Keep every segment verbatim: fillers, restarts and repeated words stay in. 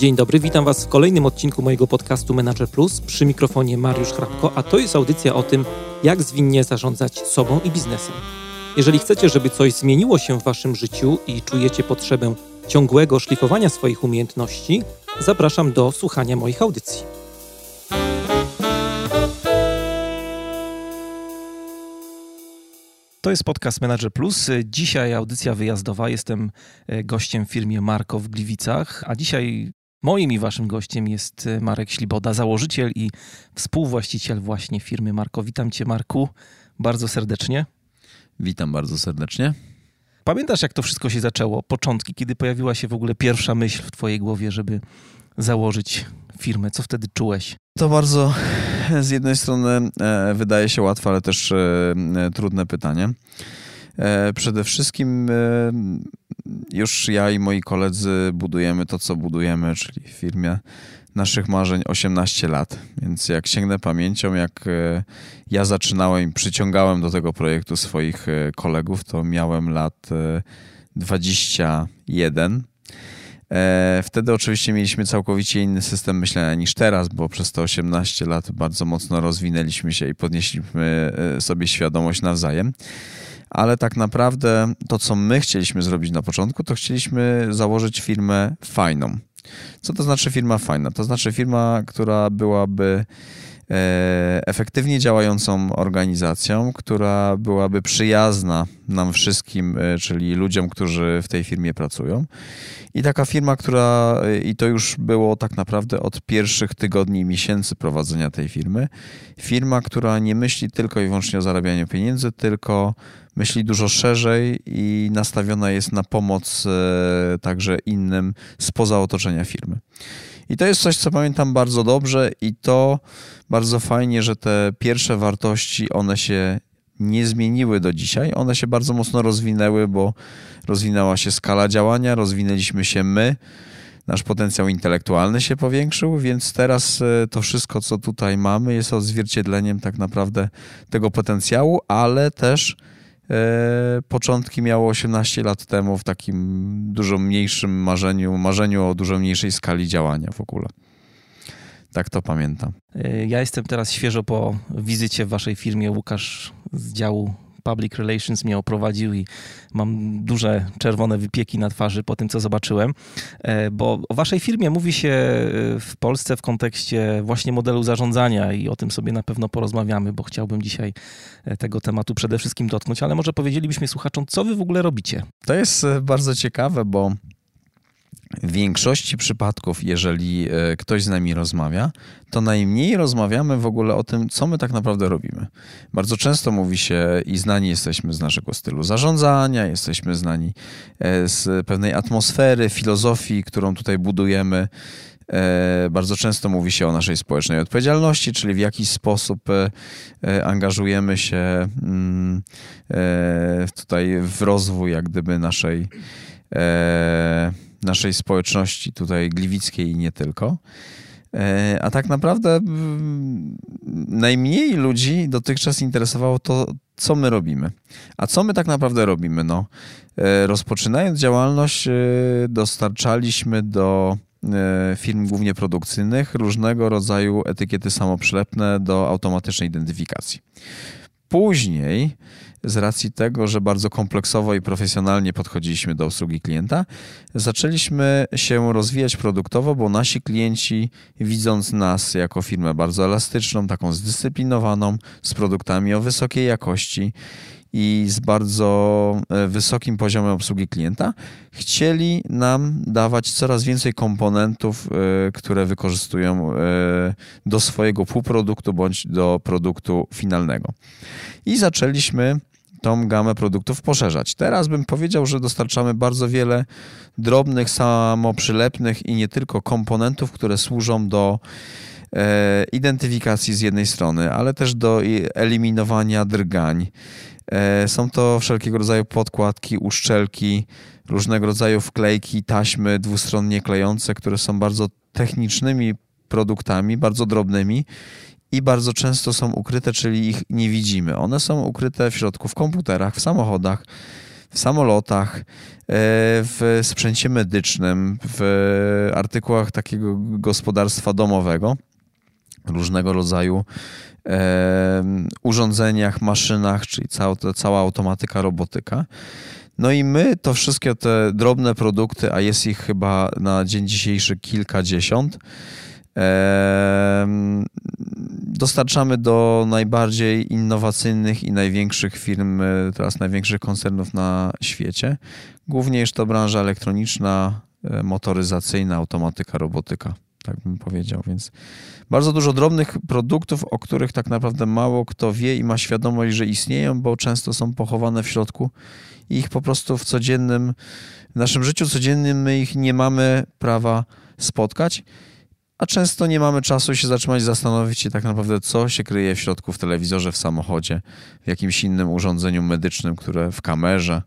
Dzień dobry, witam Was w kolejnym odcinku mojego podcastu Menadżer Plus. Przy mikrofonie Mariusz Hrabko, a to jest audycja o tym, jak zwinnie zarządzać sobą i biznesem. Jeżeli chcecie, żeby coś zmieniło się w Waszym życiu i czujecie potrzebę ciągłego szlifowania swoich umiejętności, zapraszam do słuchania moich audycji. To jest podcast Menadżer Plus. Dzisiaj audycja wyjazdowa. Jestem gościem w firmie Marco w Gliwicach, a dzisiaj moim i waszym gościem jest Marek Śliboda, założyciel i współwłaściciel właśnie firmy Marco. Witam cię, Marku, bardzo serdecznie. Witam bardzo serdecznie. Pamiętasz, jak to wszystko się zaczęło? Początki, kiedy pojawiła się w ogóle pierwsza myśl w twojej głowie, żeby założyć firmę? Co wtedy czułeś? To bardzo z jednej strony e, wydaje się łatwe, ale też e, trudne pytanie. E, przede wszystkim e, już ja i moi koledzy budujemy to, co budujemy, czyli w firmie naszych marzeń osiemnaście lat. Więc jak sięgnę pamięcią, jak e, ja zaczynałem i przyciągałem do tego projektu swoich e, kolegów, to miałem lat e, dwadzieścia jeden. Wtedy oczywiście mieliśmy całkowicie inny system myślenia niż teraz, bo przez te osiemnaście lat bardzo mocno rozwinęliśmy się i podnieśliśmy sobie świadomość nawzajem. Ale tak naprawdę to, co my chcieliśmy zrobić na początku, to chcieliśmy założyć firmę fajną. Co to znaczy firma fajna? To znaczy firma, która byłaby efektywnie działającą organizacją, która byłaby przyjazna nam wszystkim, czyli ludziom, którzy w tej firmie pracują. I taka firma, która, i to już było tak naprawdę od pierwszych tygodni i miesięcy prowadzenia tej firmy, firma, która nie myśli tylko i wyłącznie o zarabianiu pieniędzy, tylko myśli dużo szerzej i nastawiona jest na pomoc e, także innym spoza otoczenia firmy. I to jest coś, co pamiętam bardzo dobrze i to bardzo fajnie, że te pierwsze wartości, one się nie zmieniły do dzisiaj. One się bardzo mocno rozwinęły, bo rozwinęła się skala działania, rozwinęliśmy się my, nasz potencjał intelektualny się powiększył, więc teraz to wszystko, co tutaj mamy, jest odzwierciedleniem tak naprawdę tego potencjału, ale też e, początki miało osiemnaście lat temu w takim dużo mniejszym marzeniu, marzeniu o dużo mniejszej skali działania w ogóle. Tak to pamiętam. Ja jestem teraz świeżo po wizycie w waszej firmie. Łukasz z działu Public Relations mnie oprowadził i mam duże czerwone wypieki na twarzy po tym, co zobaczyłem. Bo o waszej firmie mówi się w Polsce w kontekście właśnie modelu zarządzania i o tym sobie na pewno porozmawiamy, bo chciałbym dzisiaj tego tematu przede wszystkim dotknąć, ale może powiedzielibyśmy słuchaczom, co wy w ogóle robicie? To jest bardzo ciekawe, bo w większości przypadków, jeżeli ktoś z nami rozmawia, to najmniej rozmawiamy w ogóle o tym, co my tak naprawdę robimy. Bardzo często mówi się i znani jesteśmy z naszego stylu zarządzania, jesteśmy znani z pewnej atmosfery, filozofii, którą tutaj budujemy. Bardzo często mówi się o naszej społecznej odpowiedzialności, czyli w jaki sposób angażujemy się tutaj w rozwój jak gdyby naszej naszej społeczności tutaj gliwickiej i nie tylko. A tak naprawdę najmniej ludzi dotychczas interesowało to, co my robimy. A co my tak naprawdę robimy? No, rozpoczynając działalność, dostarczaliśmy do firm głównie produkcyjnych różnego rodzaju etykiety samoprzylepne do automatycznej identyfikacji. Później, z racji tego, że bardzo kompleksowo i profesjonalnie podchodziliśmy do obsługi klienta, zaczęliśmy się rozwijać produktowo, bo nasi klienci, widząc nas jako firmę bardzo elastyczną, taką zdyscyplinowaną, z produktami o wysokiej jakości i z bardzo wysokim poziomem obsługi klienta, chcieli nam dawać coraz więcej komponentów, które wykorzystują do swojego półproduktu bądź do produktu finalnego. I zaczęliśmy tą gamę produktów poszerzać. Teraz bym powiedział, że dostarczamy bardzo wiele drobnych, samoprzylepnych i nie tylko komponentów, które służą do e, identyfikacji z jednej strony, ale też do eliminowania drgań. E, są to wszelkiego rodzaju podkładki, uszczelki, różnego rodzaju wklejki, taśmy dwustronnie klejące, które są bardzo technicznymi produktami, bardzo drobnymi i bardzo często są ukryte, czyli ich nie widzimy. One są ukryte w środku w komputerach, w samochodach, w samolotach, w sprzęcie medycznym, w artykułach takiego gospodarstwa domowego, różnego rodzaju urządzeniach, maszynach, czyli cała, cała automatyka, robotyka. No i my to wszystkie te drobne produkty, a jest ich chyba na dzień dzisiejszy kilkadziesiąt, dostarczamy do najbardziej innowacyjnych i największych firm, teraz największych koncernów na świecie. Głównie jest to branża elektroniczna, motoryzacyjna, automatyka, robotyka, tak bym powiedział. Więc bardzo dużo drobnych produktów, o których tak naprawdę mało kto wie i ma świadomość, że istnieją, bo często są pochowane w środku i ich po prostu w codziennym, w naszym życiu codziennym my ich nie mamy prawa spotkać. A często nie mamy czasu się zatrzymać, zastanowić się tak naprawdę, co się kryje w środku w telewizorze, w samochodzie, w jakimś innym urządzeniu medycznym, które w kamerze.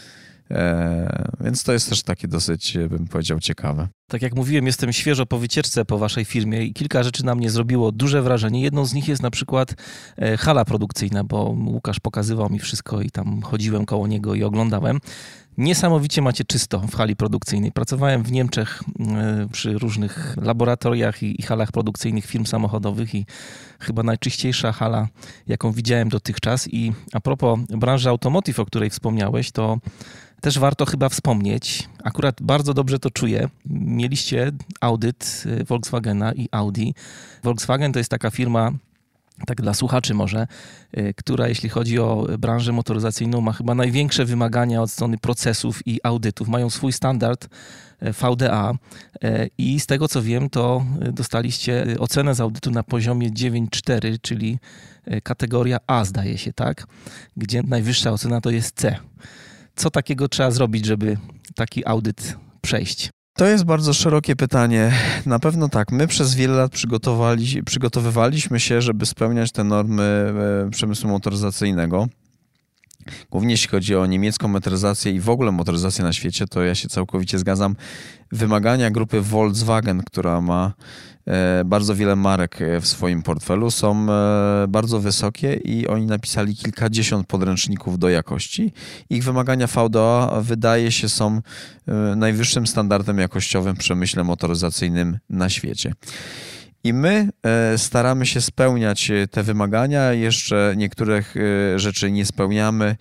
Eee, więc to jest też takie dosyć, bym powiedział, ciekawe. Tak jak mówiłem, jestem świeżo po wycieczce po waszej firmie i kilka rzeczy na mnie zrobiło duże wrażenie. Jedną z nich jest na przykład hala produkcyjna, bo Łukasz pokazywał mi wszystko i tam chodziłem koło niego i oglądałem. Niesamowicie macie czysto w hali produkcyjnej. Pracowałem w Niemczech przy różnych laboratoriach i halach produkcyjnych firm samochodowych i chyba najczyściejsza hala, jaką widziałem dotychczas. I a propos branży automotive, o której wspomniałeś, to też warto chyba wspomnieć, akurat bardzo dobrze to czuję, mieliście audyt Volkswagena i Audi. Volkswagen to jest taka firma, tak dla słuchaczy może, która jeśli chodzi o branżę motoryzacyjną ma chyba największe wymagania od strony procesów i audytów. Mają swój standard V D A i z tego co wiem, to dostaliście ocenę z audytu na poziomie dziewięć cztery, czyli kategoria A zdaje się, tak? Gdzie najwyższa ocena to jest C. Co takiego trzeba zrobić, żeby taki audyt przejść? To jest bardzo szerokie pytanie. Na pewno tak. My przez wiele lat przygotowali, przygotowywaliśmy się, żeby spełniać te normy przemysłu motoryzacyjnego. Głównie jeśli chodzi o niemiecką motoryzację i w ogóle motoryzację na świecie, to ja się całkowicie zgadzam. Wymagania grupy Volkswagen, która ma bardzo wiele marek w swoim portfelu, są bardzo wysokie i oni napisali kilkadziesiąt podręczników do jakości. Ich wymagania V D A wydaje się są najwyższym standardem jakościowym w przemyśle motoryzacyjnym na świecie. I my staramy się spełniać te wymagania, jeszcze niektórych rzeczy nie spełniamy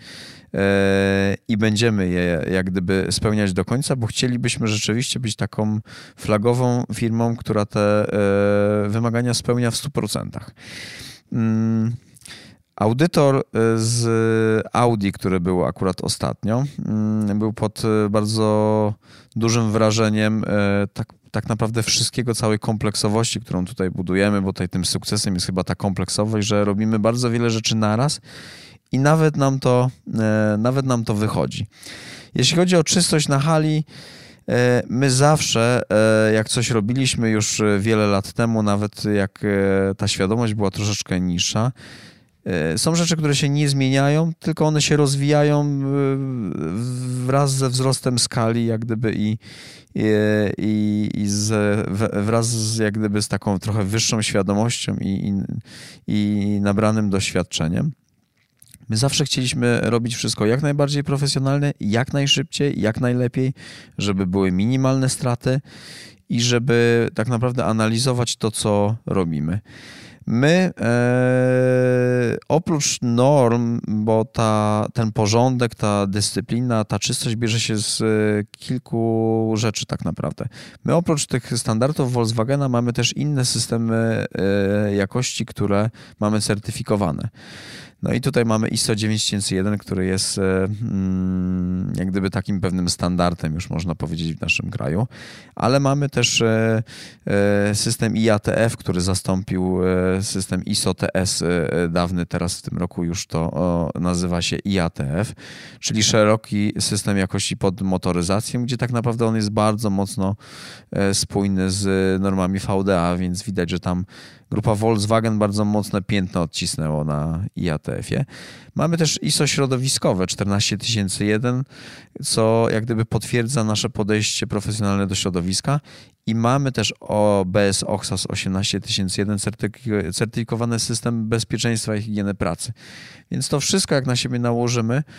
i będziemy je jak gdyby spełniać do końca, bo chcielibyśmy rzeczywiście być taką flagową firmą, która te wymagania spełnia w stu procentach. Audytor z Audi, który był akurat ostatnio, był pod bardzo dużym wrażeniem tak, tak naprawdę wszystkiego, całej kompleksowości, którą tutaj budujemy, bo tutaj tym sukcesem jest chyba ta kompleksowość, że robimy bardzo wiele rzeczy naraz i nawet nam to, nawet nam to wychodzi. Jeśli chodzi o czystość na hali, my zawsze, jak coś robiliśmy już wiele lat temu, nawet jak ta świadomość była troszeczkę niższa, są rzeczy, które się nie zmieniają, tylko one się rozwijają wraz ze wzrostem skali, jak gdyby i, i, i z, wraz z, jak gdyby z taką trochę wyższą świadomością i, i, i nabranym doświadczeniem. My zawsze chcieliśmy robić wszystko jak najbardziej profesjonalne, jak najszybciej, jak najlepiej, żeby były minimalne straty i żeby tak naprawdę analizować to, co robimy. My e, oprócz norm, bo ta, ten porządek, ta dyscyplina, ta czystość bierze się z kilku rzeczy tak naprawdę. My oprócz tych standardów Volkswagena mamy też inne systemy e, jakości, które mamy certyfikowane. No i tutaj mamy I S O dziewięć tysięcy jeden, który jest mm, jak gdyby takim pewnym standardem, już można powiedzieć, w naszym kraju, ale mamy też e, e, system I A T F, który zastąpił e, system I S O T S e, dawny, teraz w tym roku już to o, nazywa się I A T F, czyli szeroki system jakości pod motoryzację, gdzie tak naprawdę on jest bardzo mocno e, spójny z normami V D A, więc widać, że tam grupa Volkswagen bardzo mocne piętno odcisnęło na I A T F-ie. Mamy też I S O środowiskowe czternaście tysięcy jeden, co jak gdyby potwierdza nasze podejście profesjonalne do środowiska i mamy też o B S O X A S osiemnaście tysięcy jeden certyfik- certyfikowany system bezpieczeństwa i higieny pracy. Więc to wszystko jak na siebie nałożymy,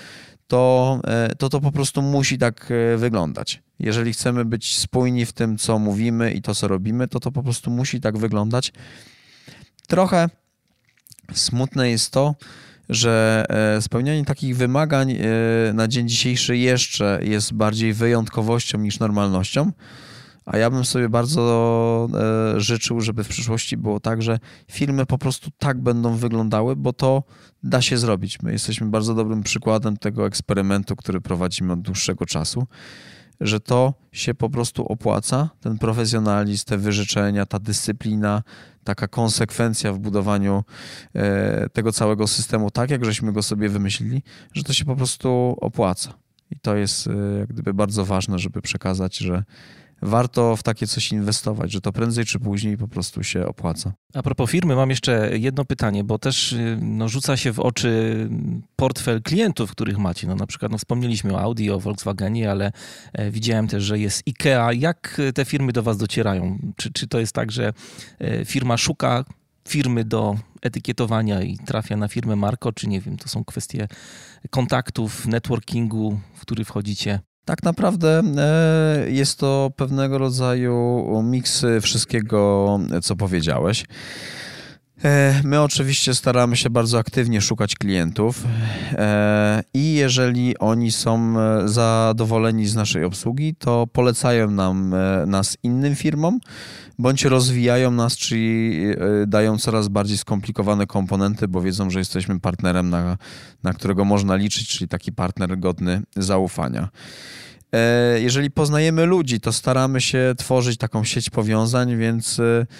to, to to po prostu musi tak wyglądać. Jeżeli chcemy być spójni w tym, co mówimy i to, co robimy, to to po prostu musi tak wyglądać. Trochę smutne jest to, że spełnianie takich wymagań na dzień dzisiejszy jeszcze jest bardziej wyjątkowością niż normalnością, a ja bym sobie bardzo życzył, żeby w przyszłości było tak, że filmy po prostu tak będą wyglądały, bo to da się zrobić. My jesteśmy bardzo dobrym przykładem tego eksperymentu, który prowadzimy od dłuższego czasu, że to się po prostu opłaca, ten profesjonalizm, te wyrzeczenia, ta dyscyplina, taka konsekwencja w budowaniu tego całego systemu, tak jak żeśmy go sobie wymyślili, że to się po prostu opłaca. I to jest jak gdyby bardzo ważne, żeby przekazać, że warto w takie coś inwestować, że to prędzej czy później po prostu się opłaca. A propos firmy, mam jeszcze jedno pytanie, bo też no, rzuca się w oczy portfel klientów, których macie. No, na przykład no, wspomnieliśmy o Audi, o Volkswagenie, ale e, widziałem też, że jest IKEA. Jak te firmy do was docierają? Czy, czy to jest tak, że e, firma szuka firmy do etykietowania i trafia na firmę Marco, czy nie wiem, to są kwestie kontaktów, networkingu, w który wchodzicie? Tak naprawdę jest to pewnego rodzaju miks wszystkiego, co powiedziałeś. My oczywiście staramy się bardzo aktywnie szukać klientów i jeżeli oni są zadowoleni z naszej obsługi, to polecają nam nas innym firmom, bądź rozwijają nas, czyli dają coraz bardziej skomplikowane komponenty, bo wiedzą, że jesteśmy partnerem, na, na którego można liczyć, czyli taki partner godny zaufania. Jeżeli poznajemy ludzi, to staramy się tworzyć taką sieć powiązań, więc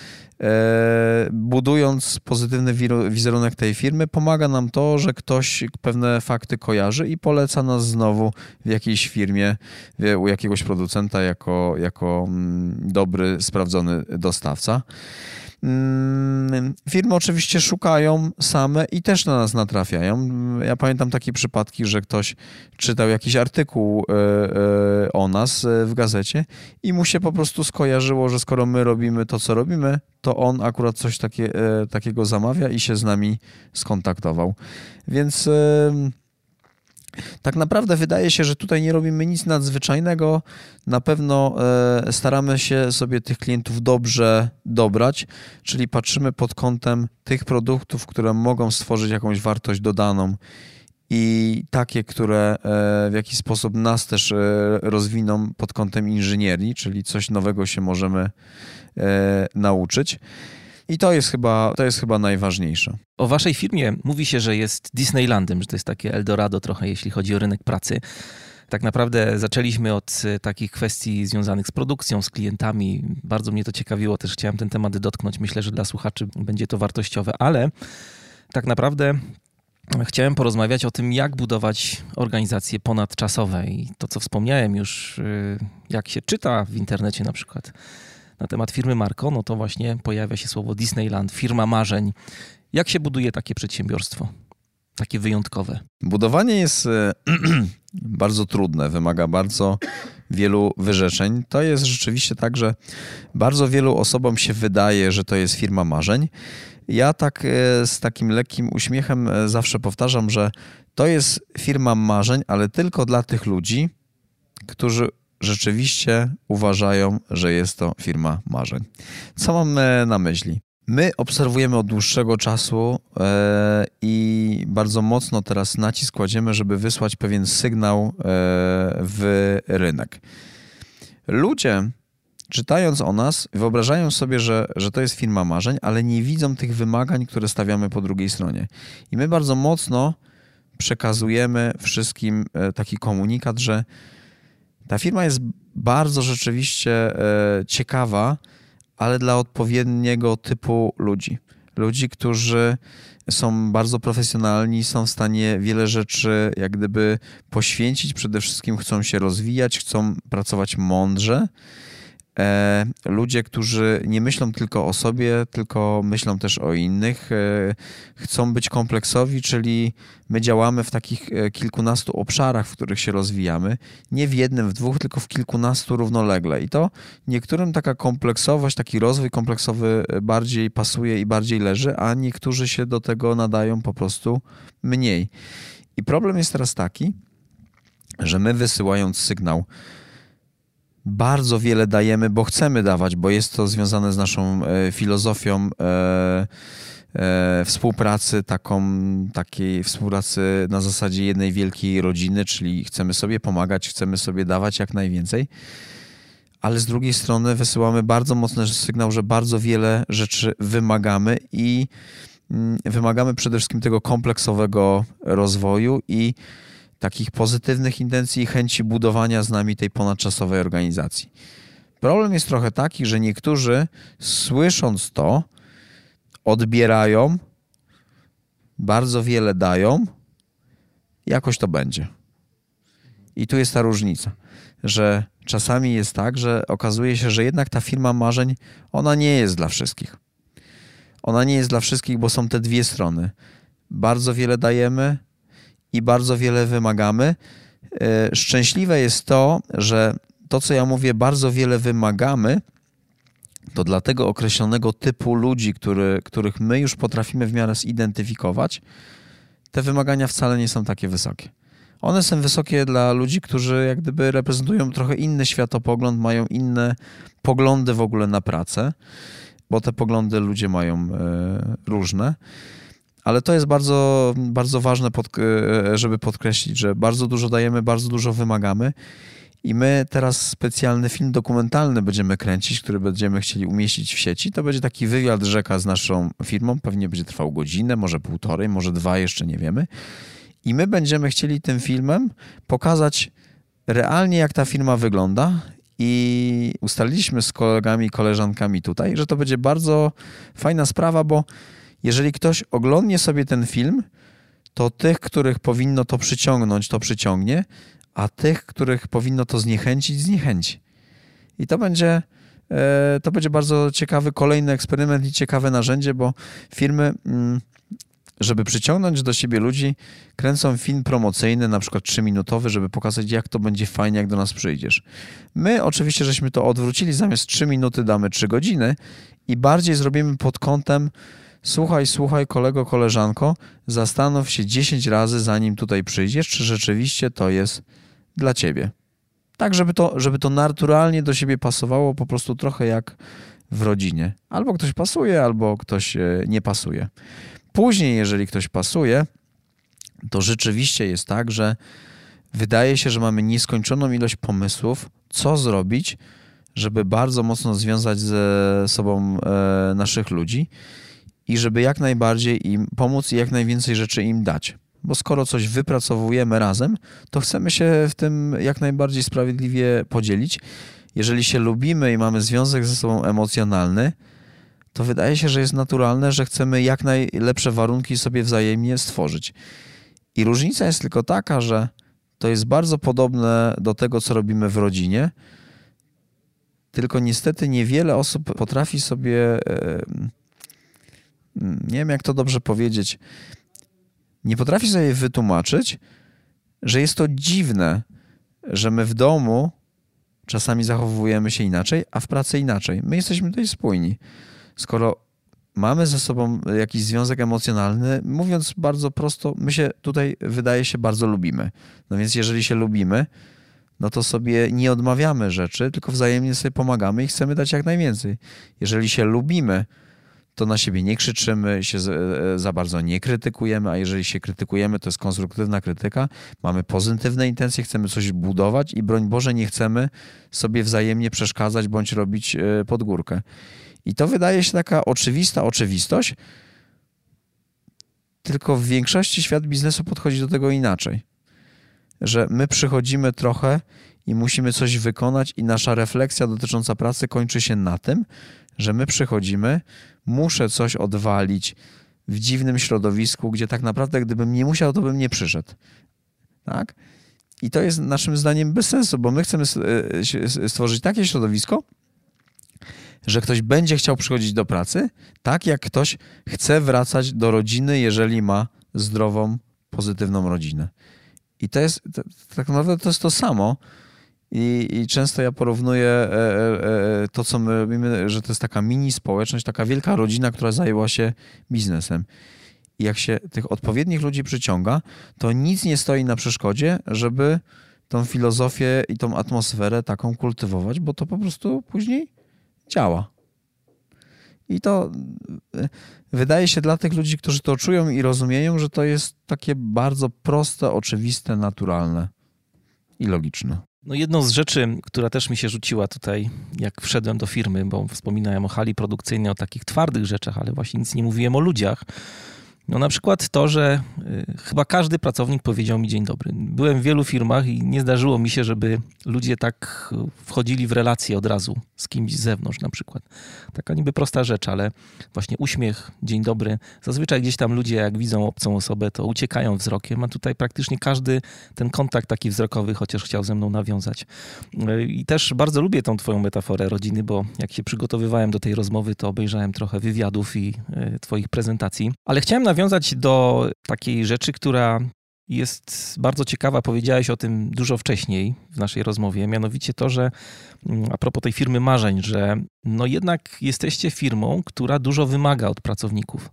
budując pozytywny wizerunek tej firmy, pomaga nam to, że ktoś pewne fakty kojarzy i poleca nas znowu w jakiejś firmie, u jakiegoś producenta jako, jako dobry, sprawdzony dostawca. Firmy oczywiście szukają same i też na nas natrafiają. Ja pamiętam takie przypadki, że ktoś czytał jakiś artykuł o nas w gazecie i mu się po prostu skojarzyło, że skoro my robimy to, co robimy, to on akurat coś takie, takiego zamawia i się z nami skontaktował. Więc tak naprawdę wydaje się, że tutaj nie robimy nic nadzwyczajnego. Na pewno e, staramy się sobie tych klientów dobrze dobrać, czyli patrzymy pod kątem tych produktów, które mogą stworzyć jakąś wartość dodaną i takie, które e, w jakiś sposób nas też e, rozwiną pod kątem inżynierii, czyli coś nowego się możemy e, nauczyć. I to jest chyba, to jest chyba najważniejsze. O waszej firmie mówi się, że jest Disneylandem, że to jest takie Eldorado trochę, jeśli chodzi o rynek pracy. Tak naprawdę zaczęliśmy od takich kwestii związanych z produkcją, z klientami. Bardzo mnie to ciekawiło, też chciałem ten temat dotknąć. Myślę, że dla słuchaczy będzie to wartościowe, ale tak naprawdę chciałem porozmawiać o tym, jak budować organizacje ponadczasowe. I to, co wspomniałem już, jak się czyta w internecie na przykład na temat firmy Marco, no to właśnie pojawia się słowo Disneyland, firma marzeń. Jak się buduje takie przedsiębiorstwo? Takie wyjątkowe. Budowanie jest bardzo trudne, wymaga bardzo wielu wyrzeczeń. To jest rzeczywiście tak, że bardzo wielu osobom się wydaje, że to jest firma marzeń. Ja tak z takim lekkim uśmiechem zawsze powtarzam, że to jest firma marzeń, ale tylko dla tych ludzi, którzy rzeczywiście uważają, że jest to firma marzeń. Co mam na myśli? My obserwujemy od dłuższego czasu e, i bardzo mocno teraz nacisk kładziemy, żeby wysłać pewien sygnał e, w rynek. Ludzie, czytając o nas, wyobrażają sobie, że, że to jest firma marzeń, ale nie widzą tych wymagań, które stawiamy po drugiej stronie. I my bardzo mocno przekazujemy wszystkim e, taki komunikat, że ta firma jest bardzo rzeczywiście e, ciekawa, ale dla odpowiedniego typu ludzi. Ludzi, którzy są bardzo profesjonalni, są w stanie wiele rzeczy jak gdyby poświęcić, przede wszystkim chcą się rozwijać, chcą pracować mądrze. E, ludzie, którzy nie myślą tylko o sobie, tylko myślą też o innych, e, chcą być kompleksowi, czyli my działamy w takich e, kilkunastu obszarach, w których się rozwijamy, nie w jednym, w dwóch, tylko w kilkunastu równolegle. I to niektórym taka kompleksowość, taki rozwój kompleksowy bardziej pasuje i bardziej leży, a niektórzy się do tego nadają po prostu mniej. I problem jest teraz taki, że my wysyłając sygnał bardzo wiele dajemy, bo chcemy dawać, bo jest to związane z naszą e, filozofią e, e, współpracy, taką, takiej współpracy na zasadzie jednej wielkiej rodziny, czyli chcemy sobie pomagać, chcemy sobie dawać jak najwięcej, ale z drugiej strony wysyłamy bardzo mocny sygnał, że bardzo wiele rzeczy wymagamy i mm, wymagamy przede wszystkim tego kompleksowego rozwoju i takich pozytywnych intencji i chęci budowania z nami tej ponadczasowej organizacji. Problem jest trochę taki, że niektórzy słysząc to odbierają, bardzo wiele dają, jakoś to będzie. I tu jest ta różnica, że czasami jest tak, że okazuje się, że jednak ta firma marzeń, ona nie jest dla wszystkich. Ona nie jest dla wszystkich, bo są te dwie strony. Bardzo wiele dajemy i bardzo wiele wymagamy. Szczęśliwe jest to, że to, co ja mówię, bardzo wiele wymagamy, to dla tego określonego typu ludzi, który, których my już potrafimy w miarę zidentyfikować, te wymagania wcale nie są takie wysokie. One są wysokie dla ludzi, którzy jak gdyby reprezentują trochę inny światopogląd, mają inne poglądy w ogóle na pracę, bo te poglądy ludzie mają e, różne. Ale to jest bardzo, bardzo ważne, pod, żeby podkreślić, że bardzo dużo dajemy, bardzo dużo wymagamy i my teraz specjalny film dokumentalny będziemy kręcić, który będziemy chcieli umieścić w sieci. To będzie taki wywiad rzeka z naszą firmą, pewnie będzie trwał godzinę, może półtorej, może dwa, jeszcze nie wiemy. I my będziemy chcieli tym filmem pokazać realnie, jak ta firma wygląda i ustaliliśmy z kolegami i koleżankami tutaj, że to będzie bardzo fajna sprawa, bo jeżeli ktoś oglądnie sobie ten film, to tych, których powinno to przyciągnąć, to przyciągnie, a tych, których powinno to zniechęcić, zniechęci. I to będzie, to będzie bardzo ciekawy kolejny eksperyment i ciekawe narzędzie, bo firmy, żeby przyciągnąć do siebie ludzi, kręcą film promocyjny, na przykład trzyminutowy, żeby pokazać, jak to będzie fajnie, jak do nas przyjdziesz. My oczywiście żeśmy to odwrócili, zamiast trzy minuty damy trzy godziny i bardziej zrobimy pod kątem słuchaj, słuchaj, kolego, koleżanko, zastanów się dziesięć razy, zanim tutaj przyjdziesz, czy rzeczywiście to jest dla ciebie. Tak, żeby to, żeby to naturalnie do siebie pasowało, po prostu trochę jak w rodzinie. Albo ktoś pasuje, albo ktoś nie pasuje. Później, jeżeli ktoś pasuje, to rzeczywiście jest tak, że wydaje się, że mamy nieskończoną ilość pomysłów, co zrobić, żeby bardzo mocno związać ze sobą e, naszych ludzi i żeby jak najbardziej im pomóc i jak najwięcej rzeczy im dać. Bo skoro coś wypracowujemy razem, to chcemy się w tym jak najbardziej sprawiedliwie podzielić. Jeżeli się lubimy i mamy związek ze sobą emocjonalny, to wydaje się, że jest naturalne, że chcemy jak najlepsze warunki sobie wzajemnie stworzyć. I różnica jest tylko taka, że to jest bardzo podobne do tego, co robimy w rodzinie, tylko niestety niewiele osób potrafi sobie, nie wiem jak to dobrze powiedzieć, nie potrafi sobie wytłumaczyć, że jest to dziwne, że my w domu czasami zachowujemy się inaczej, a w pracy inaczej. My jesteśmy tutaj spójni. Skoro mamy ze sobą jakiś związek emocjonalny, mówiąc bardzo prosto, my się tutaj, wydaje się, bardzo lubimy. No więc jeżeli się lubimy, no to sobie nie odmawiamy rzeczy, tylko wzajemnie sobie pomagamy i chcemy dać jak najwięcej. Jeżeli się lubimy, to na siebie nie krzyczymy, się za bardzo nie krytykujemy, a jeżeli się krytykujemy, to jest konstruktywna krytyka, mamy pozytywne intencje, chcemy coś budować i broń Boże nie chcemy sobie wzajemnie przeszkadzać bądź robić pod górkę. I to wydaje się taka oczywista oczywistość, tylko w większości świat biznesu podchodzi do tego inaczej. Że my przychodzimy trochę i musimy coś wykonać i nasza refleksja dotycząca pracy kończy się na tym, że my przychodzimy, muszę coś odwalić w dziwnym środowisku, gdzie tak naprawdę gdybym nie musiał, to bym nie przyszedł. Tak? I to jest naszym zdaniem bez sensu, bo my chcemy stworzyć takie środowisko, że ktoś będzie chciał przychodzić do pracy, tak jak ktoś chce wracać do rodziny, jeżeli ma zdrową, pozytywną rodzinę. I to jest, to, tak naprawdę to jest to samo. I, i często ja porównuję e, e, to, co my robimy, że to jest taka mini społeczność, taka wielka rodzina, która zajęła się biznesem. I jak się tych odpowiednich ludzi przyciąga, to nic nie stoi na przeszkodzie, żeby tą filozofię i tą atmosferę taką kultywować, bo to po prostu później działa. I to wydaje się dla tych ludzi, którzy to czują i rozumieją, że to jest takie bardzo proste, oczywiste, naturalne i logiczne. No jedną z rzeczy, która też mi się rzuciła tutaj, jak wszedłem do firmy, bo wspominałem o hali produkcyjnej, o takich twardych rzeczach, ale właśnie nic nie mówiłem o ludziach. No na przykład to, że y, chyba każdy pracownik powiedział mi dzień dobry. Byłem w wielu firmach i nie zdarzyło mi się, żeby ludzie tak wchodzili w relacje od razu z kimś z zewnątrz na przykład. Taka niby prosta rzecz, ale właśnie uśmiech, dzień dobry. Zazwyczaj gdzieś tam ludzie jak widzą obcą osobę, to uciekają wzrokiem, a tutaj praktycznie każdy ten kontakt taki wzrokowy chociaż chciał ze mną nawiązać. Y, I też bardzo lubię tą twoją metaforę rodziny, bo jak się przygotowywałem do tej rozmowy, to obejrzałem trochę wywiadów i y, twoich prezentacji. Ale chciałem nawiązać nawiązać do takiej rzeczy, która jest bardzo ciekawa. Powiedziałeś o tym dużo wcześniej w naszej rozmowie, mianowicie to, że a propos tej firmy marzeń, że no jednak jesteście firmą, która dużo wymaga od pracowników.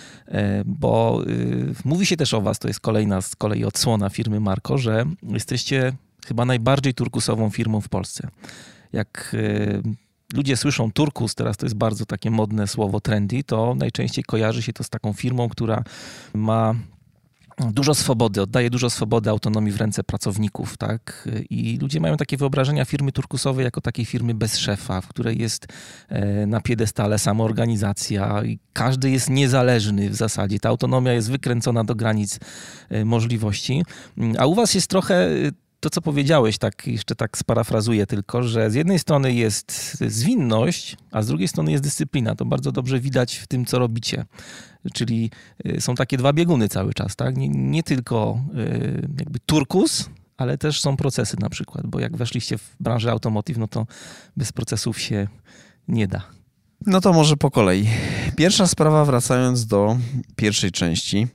Bo y, mówi się też o was, to jest kolejna z kolei odsłona firmy Marco, że jesteście chyba najbardziej turkusową firmą w Polsce. Jak y, ludzie słyszą turkus, teraz to jest bardzo takie modne słowo, trendy, to najczęściej kojarzy się to z taką firmą, która ma dużo swobody, oddaje dużo swobody, autonomii w ręce pracowników, tak? I ludzie mają takie wyobrażenia firmy turkusowej jako takiej firmy bez szefa, w której jest na piedestale samoorganizacja i każdy jest niezależny w zasadzie. Ta autonomia jest wykręcona do granic możliwości. A u was jest trochę to, co powiedziałeś, tak jeszcze tak sparafrazuję tylko, że z jednej strony jest zwinność, a z drugiej strony jest dyscyplina. To bardzo dobrze widać w tym, co robicie. Czyli są takie dwa bieguny cały czas, tak? Nie, nie tylko jakby turkus, ale też są procesy na przykład, bo jak weszliście w branżę automotive, no to bez procesów się nie da. No to może po kolei. Pierwsza sprawa, wracając do pierwszej części.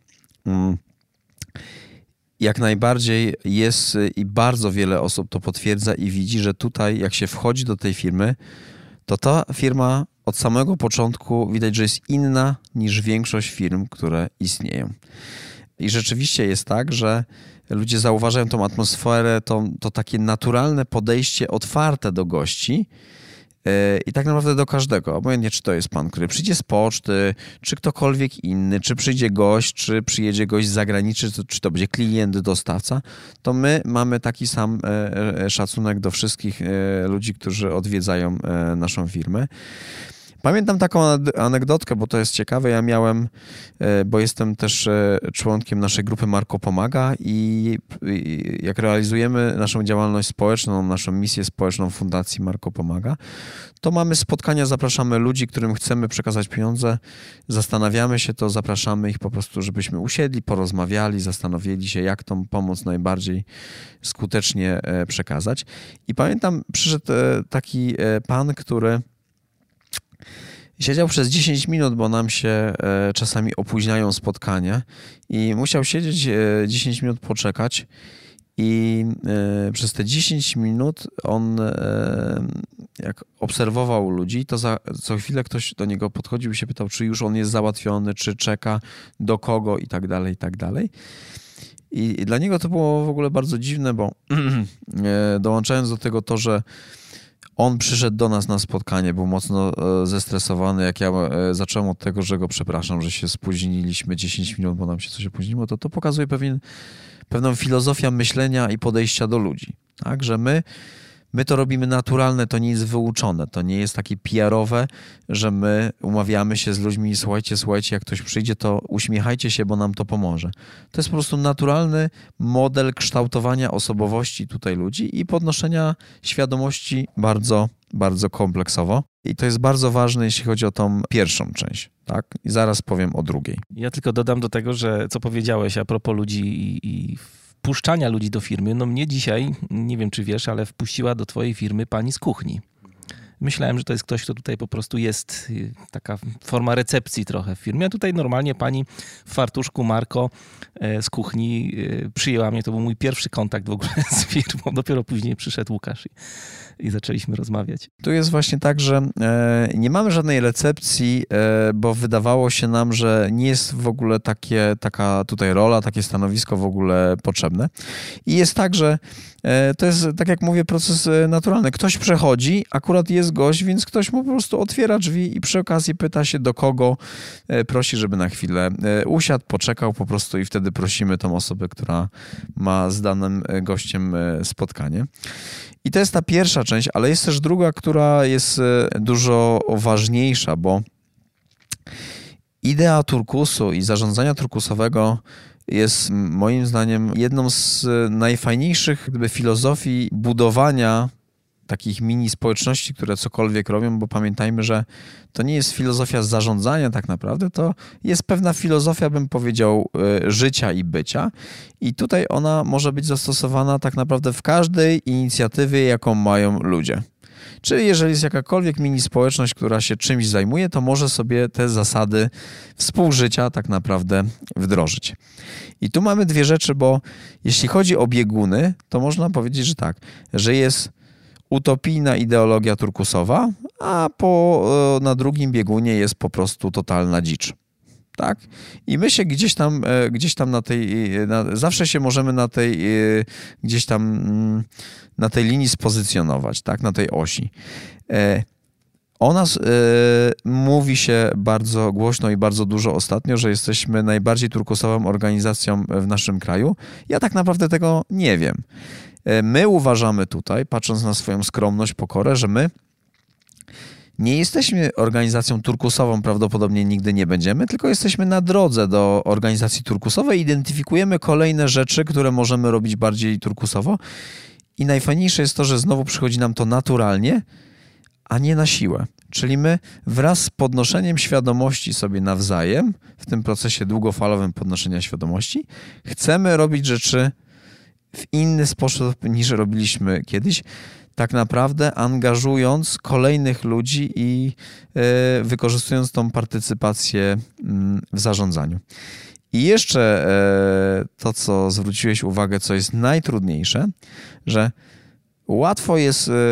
Jak najbardziej jest i bardzo wiele osób to potwierdza i widzi, że tutaj jak się wchodzi do tej firmy, to ta firma od samego początku widać, że jest inna niż większość firm, które istnieją. I rzeczywiście jest tak, że ludzie zauważają tą atmosferę, to, to takie naturalne podejście otwarte do gości i tak naprawdę do każdego. Obojętnie, czy to jest pan, który przyjdzie z poczty, czy ktokolwiek inny, czy przyjdzie gość, czy przyjedzie gość z zagranicy, czy to będzie klient, dostawca, to my mamy taki sam szacunek do wszystkich ludzi, którzy odwiedzają naszą firmę. Pamiętam taką anegdotkę, bo to jest ciekawe. Ja miałem, bo jestem też członkiem naszej grupy Marco Pomaga i jak realizujemy naszą działalność społeczną, naszą misję społeczną Fundacji Marco Pomaga, to mamy spotkania, zapraszamy ludzi, którym chcemy przekazać pieniądze, zastanawiamy się to, zapraszamy ich po prostu, żebyśmy usiedli, porozmawiali, zastanowili się, jak tą pomoc najbardziej skutecznie przekazać. I pamiętam, przyszedł taki pan, który siedział przez dziesięć minut, bo nam się e, czasami opóźniają spotkania i musiał siedzieć e, dziesięć minut, poczekać i e, przez te dziesięć minut on e, jak obserwował ludzi, to za, co chwilę ktoś do niego podchodził i się pytał, czy już on jest załatwiony, czy czeka, do kogo i tak dalej, i tak dalej. I, i dla niego to było w ogóle bardzo dziwne, bo e, dołączając do tego to, że on przyszedł do nas na spotkanie, był mocno zestresowany. Jak ja zacząłem od tego, że go przepraszam, że się spóźniliśmy dziesięć minut, bo nam się coś opóźniło, to to pokazuje pewien, pewną filozofię myślenia i podejścia do ludzi. Tak, że my, my to robimy naturalne, to nie jest wyuczone, to nie jest takie P R-owe, że my umawiamy się z ludźmi, słuchajcie, słuchajcie, jak ktoś przyjdzie, to uśmiechajcie się, bo nam to pomoże. To jest po prostu naturalny model kształtowania osobowości tutaj ludzi i podnoszenia świadomości bardzo, bardzo kompleksowo. I to jest bardzo ważne, jeśli chodzi o tą pierwszą część, tak? I zaraz powiem o drugiej. Ja tylko dodam do tego, że co powiedziałeś a propos ludzi i, i wpuszczania ludzi do firmy. No mnie dzisiaj, nie wiem czy wiesz, ale wpuściła do twojej firmy pani z kuchni. Myślałem, że to jest ktoś, kto tutaj po prostu jest, taka forma recepcji trochę w firmie. A tutaj normalnie pani w fartuszku Marko z kuchni przyjęła mnie. To był mój pierwszy kontakt w ogóle z firmą. Dopiero później przyszedł Łukasz i, i zaczęliśmy rozmawiać. Tu jest właśnie tak, że e, nie mamy żadnej recepcji, e, bo wydawało się nam, że nie jest w ogóle takie, taka tutaj rola, takie stanowisko w ogóle potrzebne. I jest tak, że e, to jest, tak jak mówię, proces naturalny. Ktoś przechodzi, akurat jest gość, więc ktoś mu po prostu otwiera drzwi i przy okazji pyta się do kogo, e, prosi, żeby na chwilę e, usiadł, poczekał po prostu i wtedy prosimy tą osobę, która ma z danym gościem e, spotkanie. I to jest ta pierwsza część, ale jest też druga, która jest dużo ważniejsza, bo idea turkusu i zarządzania turkusowego jest moim zdaniem jedną z najfajniejszych jakby filozofii budowania takich mini społeczności, które cokolwiek robią, bo pamiętajmy, że to nie jest filozofia zarządzania tak naprawdę, to jest pewna filozofia, bym powiedział, życia i bycia i tutaj ona może być zastosowana tak naprawdę w każdej inicjatywie, jaką mają ludzie. Czyli jeżeli jest jakakolwiek mini społeczność, która się czymś zajmuje, to może sobie te zasady współżycia tak naprawdę wdrożyć. I tu mamy dwie rzeczy, bo jeśli chodzi o bieguny, to można powiedzieć, że tak, że jest utopijna ideologia turkusowa, a po, na drugim biegunie jest po prostu totalna dzicz. Tak? I my się gdzieś tam, gdzieś tam na tej, na, zawsze się możemy na tej, gdzieś tam na tej linii spozycjonować, tak? Na tej osi. O nas y, mówi się bardzo głośno i bardzo dużo ostatnio, że jesteśmy najbardziej turkusową organizacją w naszym kraju. Ja tak naprawdę tego nie wiem. My uważamy tutaj, patrząc na swoją skromność, pokorę, że my nie jesteśmy organizacją turkusową, prawdopodobnie nigdy nie będziemy, tylko jesteśmy na drodze do organizacji turkusowej, identyfikujemy kolejne rzeczy, które możemy robić bardziej turkusowo i najfajniejsze jest to, że znowu przychodzi nam to naturalnie, a nie na siłę. Czyli my wraz z podnoszeniem świadomości sobie nawzajem, w tym procesie długofalowym podnoszenia świadomości, chcemy robić rzeczy w inny sposób niż robiliśmy kiedyś, tak naprawdę angażując kolejnych ludzi i y, wykorzystując tą partycypację y, w zarządzaniu. I jeszcze y, to, co zwróciłeś uwagę, co jest najtrudniejsze, że łatwo jest y,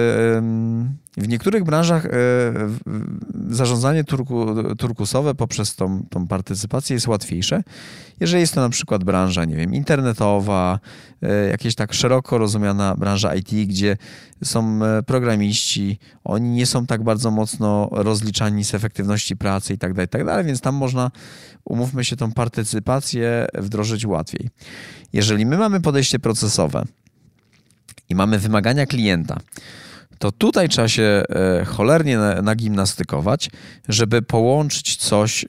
w niektórych branżach y, zarządzanie turku, turkusowe poprzez tą, tą partycypację jest łatwiejsze. Jeżeli jest to na przykład branża, nie wiem, internetowa, y, jakieś tak szeroko rozumiana branża I T, gdzie są programiści, oni nie są tak bardzo mocno rozliczani z efektywności pracy i tak dalej, i tak dalej, więc tam można, umówmy się, tą partycypację wdrożyć łatwiej. Jeżeli my mamy podejście procesowe i mamy wymagania klienta, to tutaj trzeba się cholernie nagimnastykować, żeby połączyć coś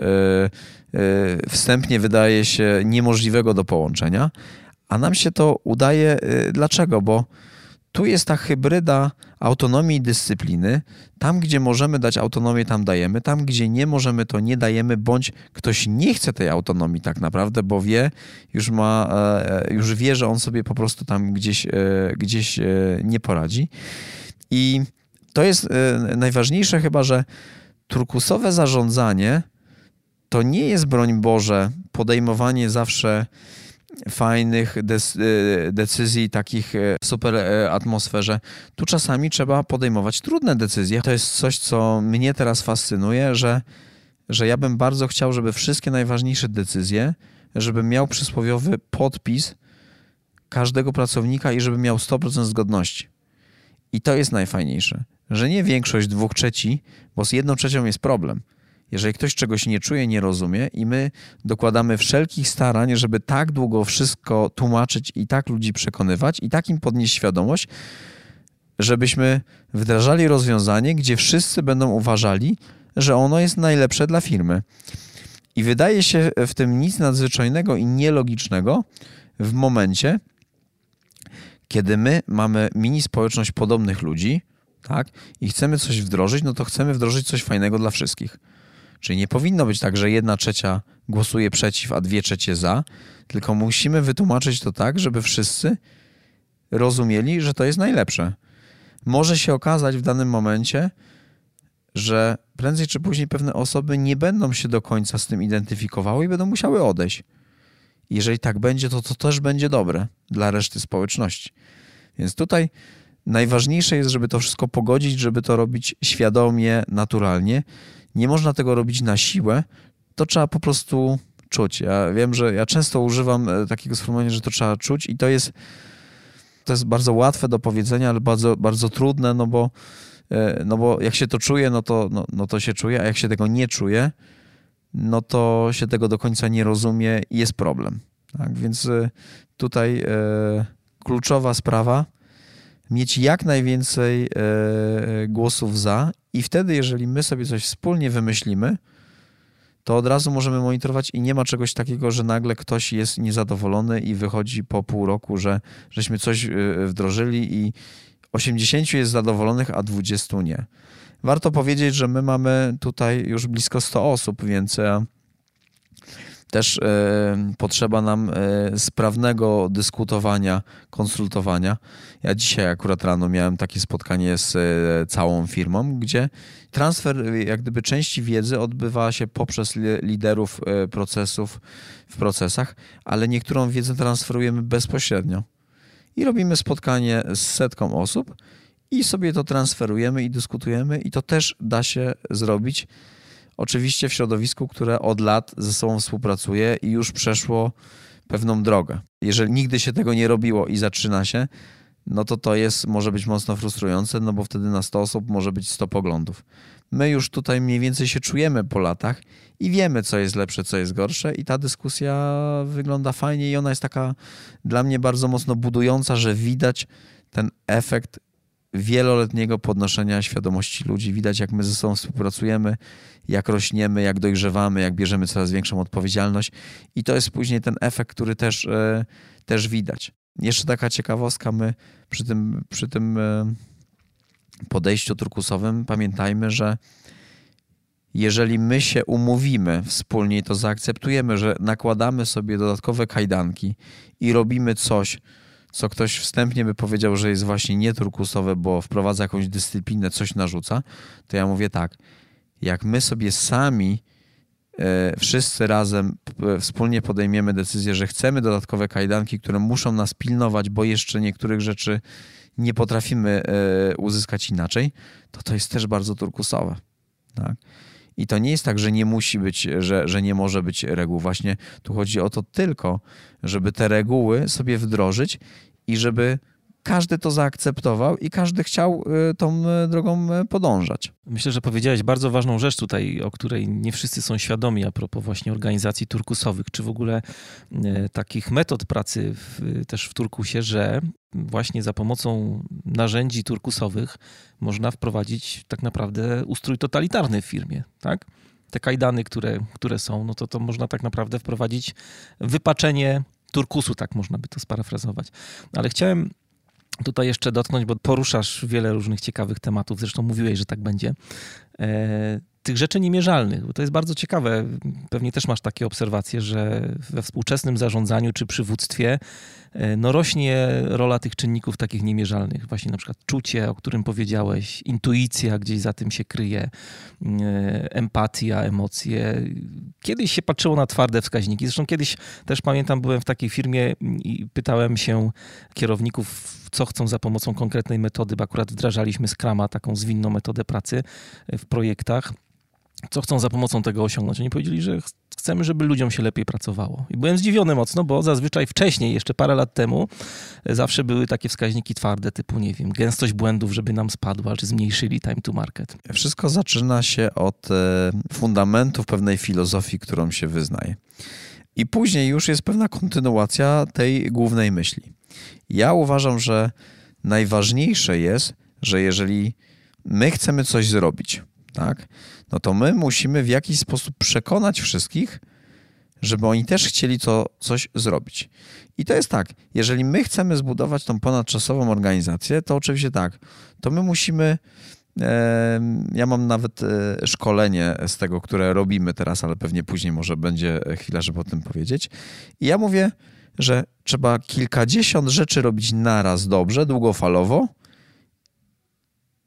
wstępnie wydaje się niemożliwego do połączenia, a nam się to udaje. Dlaczego? Bo tu jest ta hybryda autonomii i dyscypliny. Tam, gdzie możemy dać autonomię, tam dajemy. Tam, gdzie nie możemy, to nie dajemy, bądź ktoś nie chce tej autonomii tak naprawdę, bo wie, już ma, już wie, że on sobie po prostu tam gdzieś, gdzieś nie poradzi. I to jest najważniejsze chyba, że turkusowe zarządzanie to nie jest, broń Boże, podejmowanie zawsze fajnych decyzji, takich w super atmosferze. Tu czasami trzeba podejmować trudne decyzje. To jest coś, co mnie teraz fascynuje, że, że ja bym bardzo chciał, żeby wszystkie najważniejsze decyzje, żeby miał przysłowiowy podpis każdego pracownika i żeby miał sto procent zgodności. I to jest najfajniejsze, że nie większość dwóch trzeci, bo z jedną trzecią jest problem. Jeżeli ktoś czegoś nie czuje, nie rozumie i my dokładamy wszelkich starań, żeby tak długo wszystko tłumaczyć i tak ludzi przekonywać i tak im podnieść świadomość, żebyśmy wdrażali rozwiązanie, gdzie wszyscy będą uważali, że ono jest najlepsze dla firmy. I wydaje się w tym nic nadzwyczajnego i nielogicznego w momencie, kiedy my mamy mini społeczność podobnych ludzi, tak, i chcemy coś wdrożyć, no to chcemy wdrożyć coś fajnego dla wszystkich. Czyli nie powinno być tak, że jedna trzecia głosuje przeciw, a dwie trzecie za, tylko musimy wytłumaczyć to tak, żeby wszyscy rozumieli, że to jest najlepsze. może się okazać w danym momencie, że prędzej czy później pewne osoby nie będą się do końca z tym identyfikowały i będą musiały odejść. Jeżeli tak będzie, to to też będzie dobre dla reszty społeczności. Więc tutaj najważniejsze jest, żeby to wszystko pogodzić, żeby to robić świadomie, naturalnie. Nie można tego robić na siłę, to trzeba po prostu czuć. Ja wiem, że ja często używam takiego sformułowania, że to trzeba czuć i to jest, to jest bardzo łatwe do powiedzenia, ale bardzo, bardzo trudne, no bo, no bo jak się to czuje, no to, no, no to się czuje, a jak się tego nie czuje, no to się tego do końca nie rozumie i jest problem. Tak? Więc tutaj e, kluczowa sprawa, mieć jak najwięcej e, głosów za i wtedy, jeżeli my sobie coś wspólnie wymyślimy, to od razu możemy monitorować i nie ma czegoś takiego, że nagle ktoś jest niezadowolony i wychodzi po pół roku, że żeśmy coś wdrożyli i osiemdziesięciu jest zadowolonych, a dwudziestu nie. Warto powiedzieć, że my mamy tutaj już blisko sto osób, więc też e, potrzeba nam e, sprawnego dyskutowania, konsultowania. Ja dzisiaj akurat rano miałem takie spotkanie z e, całą firmą, gdzie transfer jak gdyby części wiedzy odbywa się poprzez li, liderów e, procesów w procesach, ale niektórą wiedzę transferujemy bezpośrednio. I robimy spotkanie z setką osób i sobie to transferujemy i dyskutujemy i to też da się zrobić. Oczywiście w środowisku, które od lat ze sobą współpracuje i już przeszło pewną drogę. Jeżeli nigdy się tego nie robiło i zaczyna się, no to to jest, może być mocno frustrujące, no bo wtedy na sto osób może być sto poglądów. My już tutaj mniej więcej się czujemy po latach i wiemy, co jest lepsze, co jest gorsze i ta dyskusja wygląda fajnie i ona jest taka dla mnie bardzo mocno budująca, że widać ten efekt wieloletniego podnoszenia świadomości ludzi. Widać, jak my ze sobą współpracujemy, jak rośniemy, jak dojrzewamy, jak bierzemy coraz większą odpowiedzialność i to jest później ten efekt, który też, e, też widać. Jeszcze taka ciekawostka, my przy tym, przy tym e, podejściu turkusowym pamiętajmy, że jeżeli my się umówimy wspólnie i to zaakceptujemy, że nakładamy sobie dodatkowe kajdanki i robimy coś, co ktoś wstępnie by powiedział, że jest właśnie nieturkusowe, bo wprowadza jakąś dyscyplinę, coś narzuca, to ja mówię tak, jak my sobie sami e, wszyscy razem e, wspólnie podejmiemy decyzję, że chcemy dodatkowe kajdanki, które muszą nas pilnować, bo jeszcze niektórych rzeczy nie potrafimy e, uzyskać inaczej, to to jest też bardzo turkusowe. Tak? I to nie jest tak, że nie musi być, że, że nie może być reguł. Właśnie tu chodzi o to tylko, żeby te reguły sobie wdrożyć i żeby każdy to zaakceptował i każdy chciał tą drogą podążać. Myślę, że powiedziałeś bardzo ważną rzecz tutaj, o której nie wszyscy są świadomi a propos właśnie organizacji turkusowych, czy w ogóle e, takich metod pracy w, też w turkusie, że właśnie za pomocą narzędzi turkusowych można wprowadzić tak naprawdę ustrój totalitarny w firmie, tak? Te kajdany, które, które są, no to to można tak naprawdę wprowadzić wypaczenie turkusu, tak można by to sparafrazować. Ale chciałem tutaj jeszcze dotknąć, bo poruszasz wiele różnych ciekawych tematów, zresztą mówiłeś, że tak będzie, e, tych rzeczy niemierzalnych, bo to jest bardzo ciekawe. Pewnie też masz takie obserwacje, że we współczesnym zarządzaniu czy przywództwie e, no rośnie rola tych czynników takich niemierzalnych. Właśnie na przykład czucie, o którym powiedziałeś, intuicja gdzieś za tym się kryje, e, empatia, emocje. Kiedyś się patrzyło na twarde wskaźniki. Zresztą kiedyś też pamiętam, byłem w takiej firmie i pytałem się kierowników, co chcą za pomocą konkretnej metody, bo akurat wdrażaliśmy Scruma, taką zwinną metodę pracy w projektach, co chcą za pomocą tego osiągnąć. Oni powiedzieli, że chcemy, żeby ludziom się lepiej pracowało. I byłem zdziwiony mocno, bo zazwyczaj wcześniej, jeszcze parę lat temu, zawsze były takie wskaźniki twarde, typu, nie wiem, gęstość błędów, żeby nam spadła, czy zmniejszyli time to market. Wszystko zaczyna się od fundamentów pewnej filozofii, którą się wyznaje. I później już jest pewna kontynuacja tej głównej myśli. Ja uważam, że najważniejsze jest, że jeżeli my chcemy coś zrobić, tak, no to my musimy w jakiś sposób przekonać wszystkich, żeby oni też chcieli to coś zrobić. I to jest tak, jeżeli my chcemy zbudować tą ponadczasową organizację, to oczywiście tak, to my musimy, e, ja mam nawet e, szkolenie z tego, które robimy teraz, ale pewnie później może będzie chwila, żeby o tym powiedzieć. I ja mówię, że trzeba kilkadziesiąt rzeczy robić naraz dobrze, długofalowo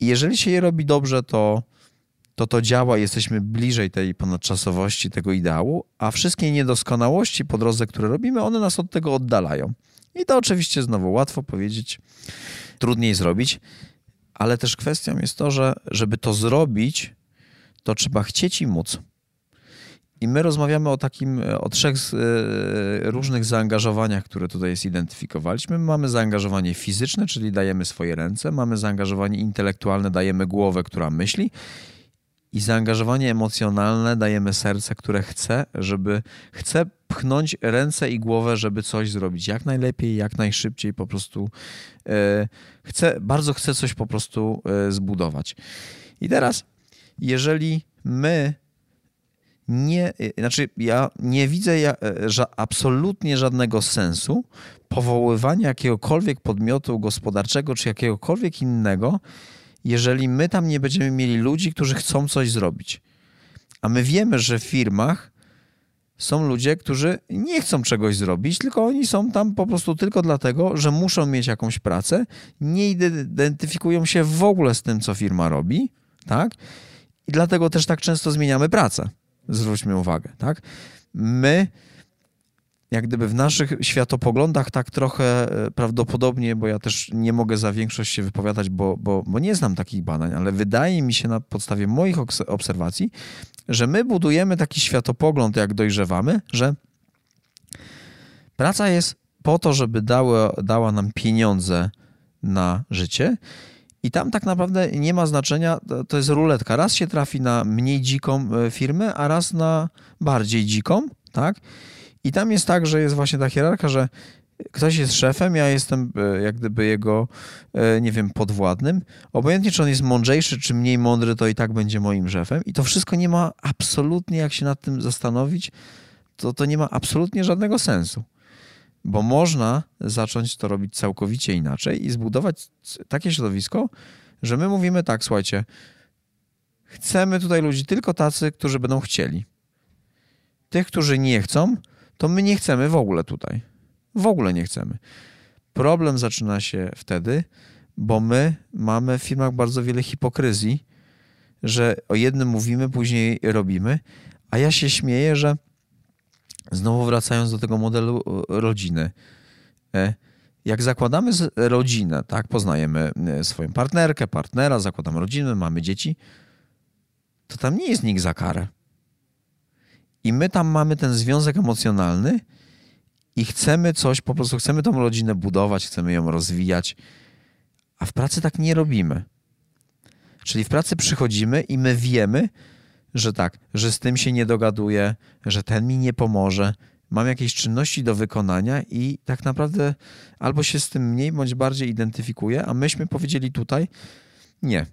I jeżeli się je robi dobrze, to to to działa, jesteśmy bliżej tej ponadczasowości, tego ideału, a wszystkie niedoskonałości po drodze, które robimy, one nas od tego oddalają. I to oczywiście znowu łatwo powiedzieć, trudniej zrobić, ale też kwestią jest to, że żeby to zrobić, to trzeba chcieć i móc. I my rozmawiamy o takim, o trzech różnych zaangażowaniach, które tutaj zidentyfikowaliśmy. Mamy zaangażowanie fizyczne, czyli dajemy swoje ręce, mamy zaangażowanie intelektualne, dajemy głowę, która myśli, i zaangażowanie emocjonalne dajemy serce, które chce, żeby chce pchnąć ręce i głowę, żeby coś zrobić jak najlepiej, jak najszybciej, po prostu e, chce, bardzo chce coś po prostu e, zbudować. I teraz, jeżeli my nie, znaczy ja nie widzę ja, że absolutnie żadnego sensu powoływania jakiegokolwiek podmiotu gospodarczego czy jakiegokolwiek innego, jeżeli my tam nie będziemy mieli ludzi, którzy chcą coś zrobić. A my wiemy, że w firmach są ludzie, którzy nie chcą czegoś zrobić, tylko oni są tam po prostu tylko dlatego, że muszą mieć jakąś pracę, nie identyfikują się w ogóle z tym, co firma robi, tak? I dlatego też tak często zmieniamy pracę. Zwróćmy uwagę, tak? My jak gdyby w naszych światopoglądach tak trochę prawdopodobnie, bo ja też nie mogę za większość się wypowiadać, bo, bo, bo nie znam takich badań, ale wydaje mi się na podstawie moich obserwacji, że my budujemy taki światopogląd, jak dojrzewamy, że praca jest po to, żeby dała, dała nam pieniądze na życie i tam tak naprawdę nie ma znaczenia, to jest ruletka. Raz się trafi na mniej dziką firmę, a raz na bardziej dziką, tak? I tam jest tak, że jest właśnie ta hierarchia, że ktoś jest szefem, ja jestem jak gdyby jego, nie wiem, podwładnym. Obojętnie, czy on jest mądrzejszy, czy mniej mądry, to i tak będzie moim szefem. I to wszystko nie ma absolutnie, jak się nad tym zastanowić, to to nie ma absolutnie żadnego sensu. Bo można zacząć to robić całkowicie inaczej i zbudować takie środowisko, że my mówimy tak, słuchajcie, chcemy tutaj ludzi tylko tacy, którzy będą chcieli. Tych, którzy nie chcą, to my nie chcemy w ogóle tutaj. W ogóle nie chcemy. Problem zaczyna się wtedy, bo my mamy w firmach bardzo wiele hipokryzji, że o jednym mówimy, później robimy, a ja się śmieję, że znowu wracając do tego modelu rodziny, jak zakładamy rodzinę, tak, poznajemy swoją partnerkę, partnera, zakładamy rodzinę, mamy dzieci, to tam nie jest nikt za karę. I my tam mamy ten związek emocjonalny i chcemy coś, po prostu chcemy tą rodzinę budować, chcemy ją rozwijać, a w pracy tak nie robimy. Czyli w pracy przychodzimy i my wiemy, że tak, że z tym się nie dogaduję, że ten mi nie pomoże, mam jakieś czynności do wykonania i tak naprawdę albo się z tym mniej bądź bardziej identyfikuję, a myśmy powiedzieli tutaj, nie.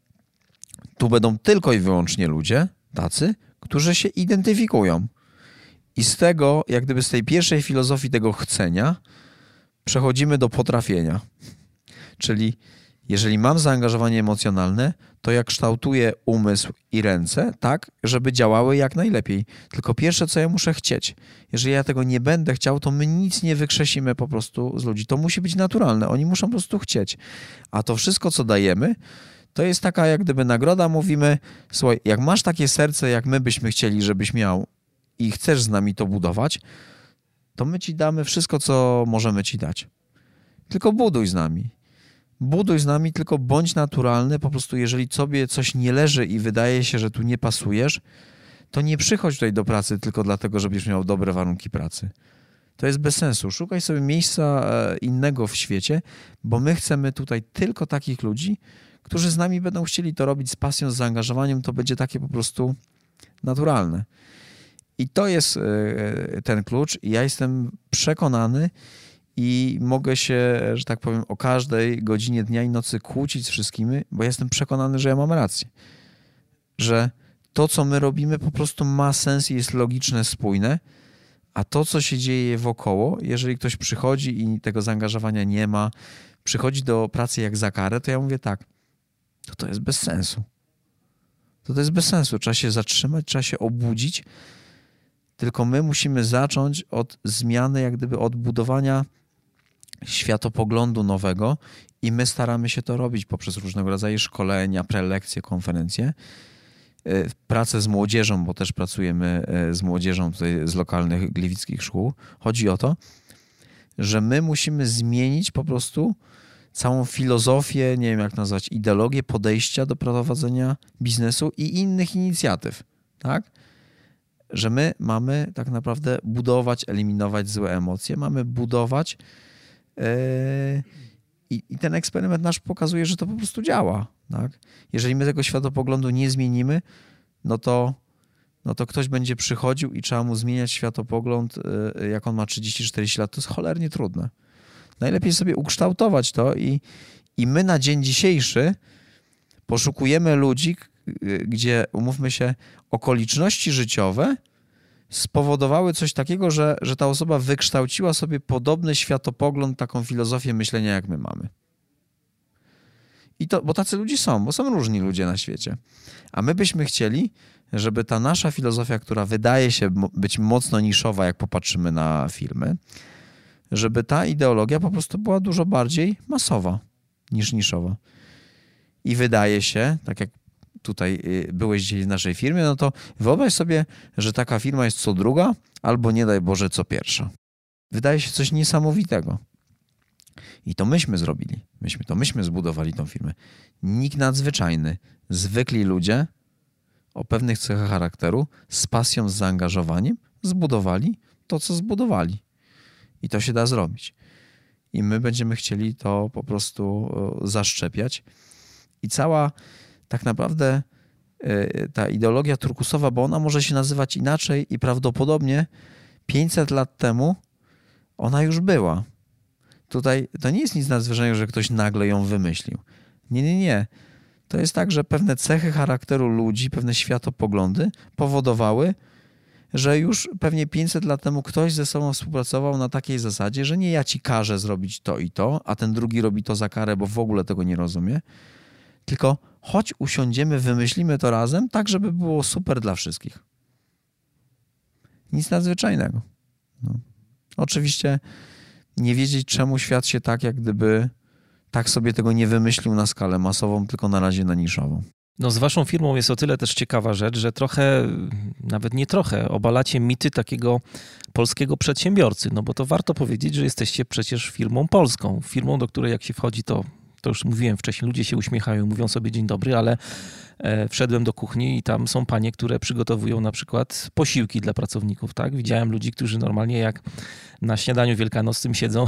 Tu będą tylko i wyłącznie ludzie tacy, którzy się identyfikują. I z tego, jak gdyby z tej pierwszej filozofii tego chcenia, przechodzimy do potrafienia. Czyli jeżeli mam zaangażowanie emocjonalne, to ja kształtuję umysł i ręce tak, żeby działały jak najlepiej. Tylko pierwsze, co ja muszę chcieć. Jeżeli ja tego nie będę chciał, to my nic nie wykrzesimy po prostu z ludzi. To musi być naturalne. Oni muszą po prostu chcieć. A to wszystko, co dajemy, to jest taka jak gdyby nagroda. Mówimy, słuchaj, jak masz takie serce, jak my byśmy chcieli, żebyś miał i chcesz z nami to budować, to my ci damy wszystko, co możemy ci dać. Tylko buduj z nami. Buduj z nami, tylko bądź naturalny. Po prostu jeżeli sobie coś nie leży i wydaje się, że tu nie pasujesz, to nie przychodź tutaj do pracy tylko dlatego, żebyś miał dobre warunki pracy. To jest bez sensu. Szukaj sobie miejsca innego w świecie, bo my chcemy tutaj tylko takich ludzi, którzy z nami będą chcieli to robić z pasją, z zaangażowaniem. To będzie takie po prostu naturalne. I to jest ten klucz. I ja jestem przekonany i mogę się, że tak powiem, o każdej godzinie dnia i nocy kłócić z wszystkimi, bo ja jestem przekonany, że ja mam rację. Że to, co my robimy, po prostu ma sens i jest logiczne, spójne, a to, co się dzieje wokoło, jeżeli ktoś przychodzi i tego zaangażowania nie ma, przychodzi do pracy jak za karę, to ja mówię tak, to to jest bez sensu. To to jest bez sensu. Trzeba się zatrzymać, trzeba się obudzić, tylko my musimy zacząć od zmiany, jak gdyby od budowania światopoglądu nowego I my staramy się to robić poprzez różnego rodzaju szkolenia, prelekcje, konferencje. Pracę z młodzieżą, bo też pracujemy z młodzieżą tutaj z lokalnych gliwickich szkół. Chodzi o to, że my musimy zmienić po prostu całą filozofię, nie wiem jak nazwać, ideologię podejścia do prowadzenia biznesu i innych inicjatyw, tak? Że my mamy tak naprawdę budować, eliminować złe emocje, mamy budować yy, i, i ten eksperyment nasz pokazuje, że to po prostu działa, tak? Jeżeli my tego światopoglądu nie zmienimy, no to, no to ktoś będzie przychodził i trzeba mu zmieniać światopogląd, yy, jak on ma trzydzieści czterdzieści lat, to jest cholernie trudne. Najlepiej sobie ukształtować to i, i my na dzień dzisiejszy poszukujemy ludzi, gdzie, umówmy się, okoliczności życiowe spowodowały coś takiego, że, że ta osoba wykształciła sobie podobny światopogląd, taką filozofię myślenia, jak my mamy. I to, bo tacy ludzie są, bo są różni ludzie na świecie. A my byśmy chcieli, żeby ta nasza filozofia, która wydaje się być mocno niszowa, jak popatrzymy na filmy, żeby ta ideologia po prostu była dużo bardziej masowa niż niszowa. I wydaje się, tak jak tutaj byłeś dzisiaj w naszej firmie, no to wyobraź sobie, że taka firma jest co druga, albo nie daj Boże co pierwsza. Wydaje się coś niesamowitego. I to myśmy zrobili. Myśmy, to myśmy zbudowali tą firmę. Nikt nadzwyczajny. Zwykli ludzie o pewnych cechach charakteru z pasją, z zaangażowaniem zbudowali to, co zbudowali. I to się da zrobić. I my będziemy chcieli to po prostu zaszczepiać. I cała tak naprawdę ta ideologia turkusowa, bo ona może się nazywać inaczej i prawdopodobnie pięćset lat temu ona już była. Tutaj to nie jest nic nadzwyczajnego, że ktoś nagle ją wymyślił. Nie, nie, nie. To jest tak, że pewne cechy charakteru ludzi, pewne światopoglądy powodowały, że już pewnie pięćset lat temu ktoś ze sobą współpracował na takiej zasadzie, że nie ja ci każę zrobić to i to, a ten drugi robi to za karę, bo w ogóle tego nie rozumie, tylko chodź usiądziemy, wymyślimy to razem, tak żeby było super dla wszystkich. Nic nadzwyczajnego. No. Oczywiście nie wiedzieć, czemu świat się tak, jak gdyby tak sobie tego nie wymyślił na skalę masową, tylko na razie na niszową. No z waszą firmą jest o tyle też ciekawa rzecz, że trochę, nawet nie trochę, obalacie mity takiego polskiego przedsiębiorcy, no bo to warto powiedzieć, że jesteście przecież firmą polską, firmą, do której jak się wchodzi, to, to już mówiłem wcześniej, ludzie się uśmiechają, mówią sobie dzień dobry, ale e, wszedłem do kuchni i tam są panie, które przygotowują na przykład posiłki dla pracowników, tak? Widziałem ludzi, którzy normalnie jak na śniadaniu wielkanocnym siedzą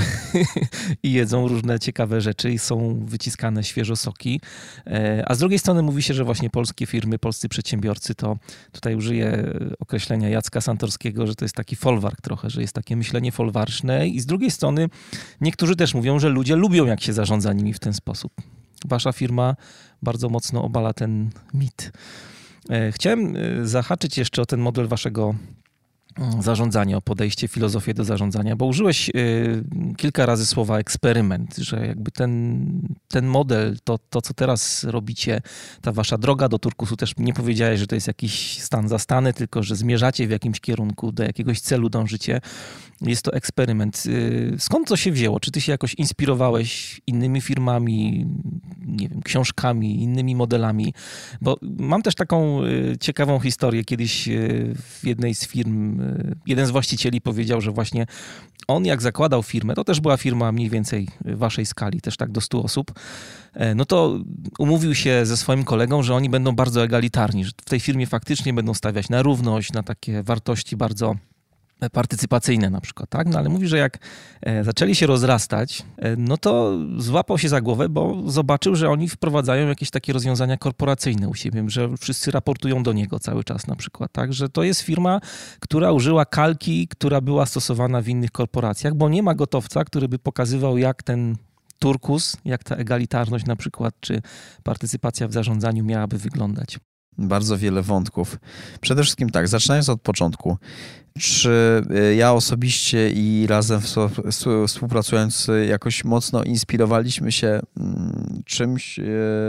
i jedzą różne ciekawe rzeczy i są wyciskane świeżo soki. A z drugiej strony mówi się, że właśnie polskie firmy, polscy przedsiębiorcy, to tutaj użyję określenia Jacka Santorskiego, że to jest taki folwark trochę, że jest takie myślenie folwarczne i z drugiej strony niektórzy też mówią, że ludzie lubią, jak się zarządza nimi w ten sposób. Wasza firma bardzo mocno obala ten mit. Chciałem zahaczyć jeszcze o ten model waszego zarządzania, o podejście, filozofię do zarządzania, bo użyłeś y, kilka razy słowa eksperyment, że jakby ten, ten model, to, to co teraz robicie, ta wasza droga do turkusu, też nie powiedziałeś, że to jest jakiś stan zastany, tylko że zmierzacie w jakimś kierunku, do jakiegoś celu dążycie. Jest to eksperyment. Y, skąd to się wzięło? Czy ty się jakoś inspirowałeś innymi firmami, nie wiem, książkami, innymi modelami? Bo mam też taką y, ciekawą historię. Kiedyś y, w jednej z firm jeden z właścicieli powiedział, że właśnie on jak zakładał firmę, to też była firma mniej więcej waszej skali, też tak do stu osób, no to umówił się ze swoim kolegą, że oni będą bardzo egalitarni, że w tej firmie faktycznie będą stawiać na równość, na takie wartości bardzo partycypacyjne na przykład, tak? No ale mówi, że jak zaczęli się rozrastać, no to złapał się za głowę, bo zobaczył, że oni wprowadzają jakieś takie rozwiązania korporacyjne u siebie, że wszyscy raportują do niego cały czas na przykład, tak? Że to jest firma, która użyła kalki, która była stosowana w innych korporacjach, bo nie ma gotowca, który by pokazywał, jak ten turkus, jak ta egalitarność na przykład, czy partycypacja w zarządzaniu miałaby wyglądać. Bardzo wiele wątków. Przede wszystkim tak, zaczynając od początku. Czy ja osobiście i razem współpracując jakoś mocno inspirowaliśmy się czymś,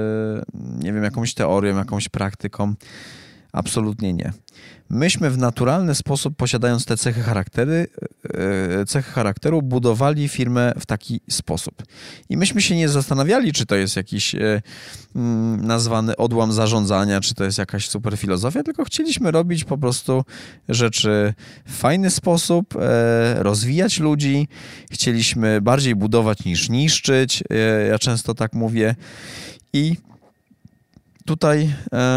nie wiem, jakąś teorią, jakąś praktyką? Absolutnie nie. Myśmy w naturalny sposób, posiadając te cechy charaktery, cechy charakteru budowali firmę w taki sposób. I myśmy się nie zastanawiali, czy to jest jakiś nazwany odłam zarządzania, czy to jest jakaś super filozofia, tylko chcieliśmy robić po prostu rzeczy w fajny sposób, rozwijać ludzi. Chcieliśmy bardziej budować niż niszczyć. Ja często tak mówię. I tutaj...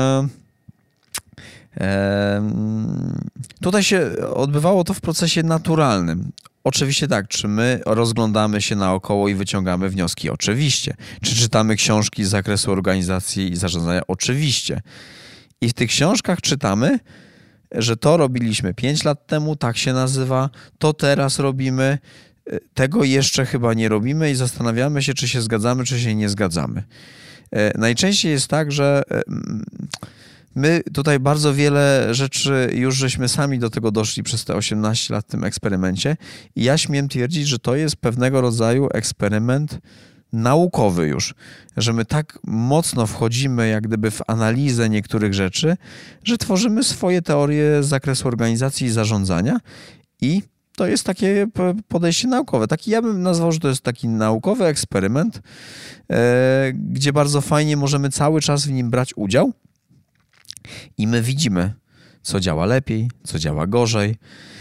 Tutaj się odbywało to w procesie naturalnym. Oczywiście tak, czy my rozglądamy się naokoło i wyciągamy wnioski? Oczywiście. Czy czytamy książki z zakresu organizacji i zarządzania? Oczywiście. I w tych książkach czytamy, że to robiliśmy pięć lat temu, tak się nazywa, to teraz robimy, tego jeszcze chyba nie robimy i zastanawiamy się, czy się zgadzamy, czy się nie zgadzamy. Najczęściej jest tak, że my tutaj bardzo wiele rzeczy już żeśmy sami do tego doszli przez te osiemnaście lat w tym eksperymencie i ja śmiem twierdzić, że to jest pewnego rodzaju eksperyment naukowy już, że my tak mocno wchodzimy jak gdyby w analizę niektórych rzeczy, że tworzymy swoje teorie z zakresu organizacji i zarządzania i to jest takie podejście naukowe. Taki ja bym nazwał, że to jest taki naukowy eksperyment, e, gdzie bardzo fajnie możemy cały czas w nim brać udział. I my widzimy, co działa lepiej, co działa gorzej.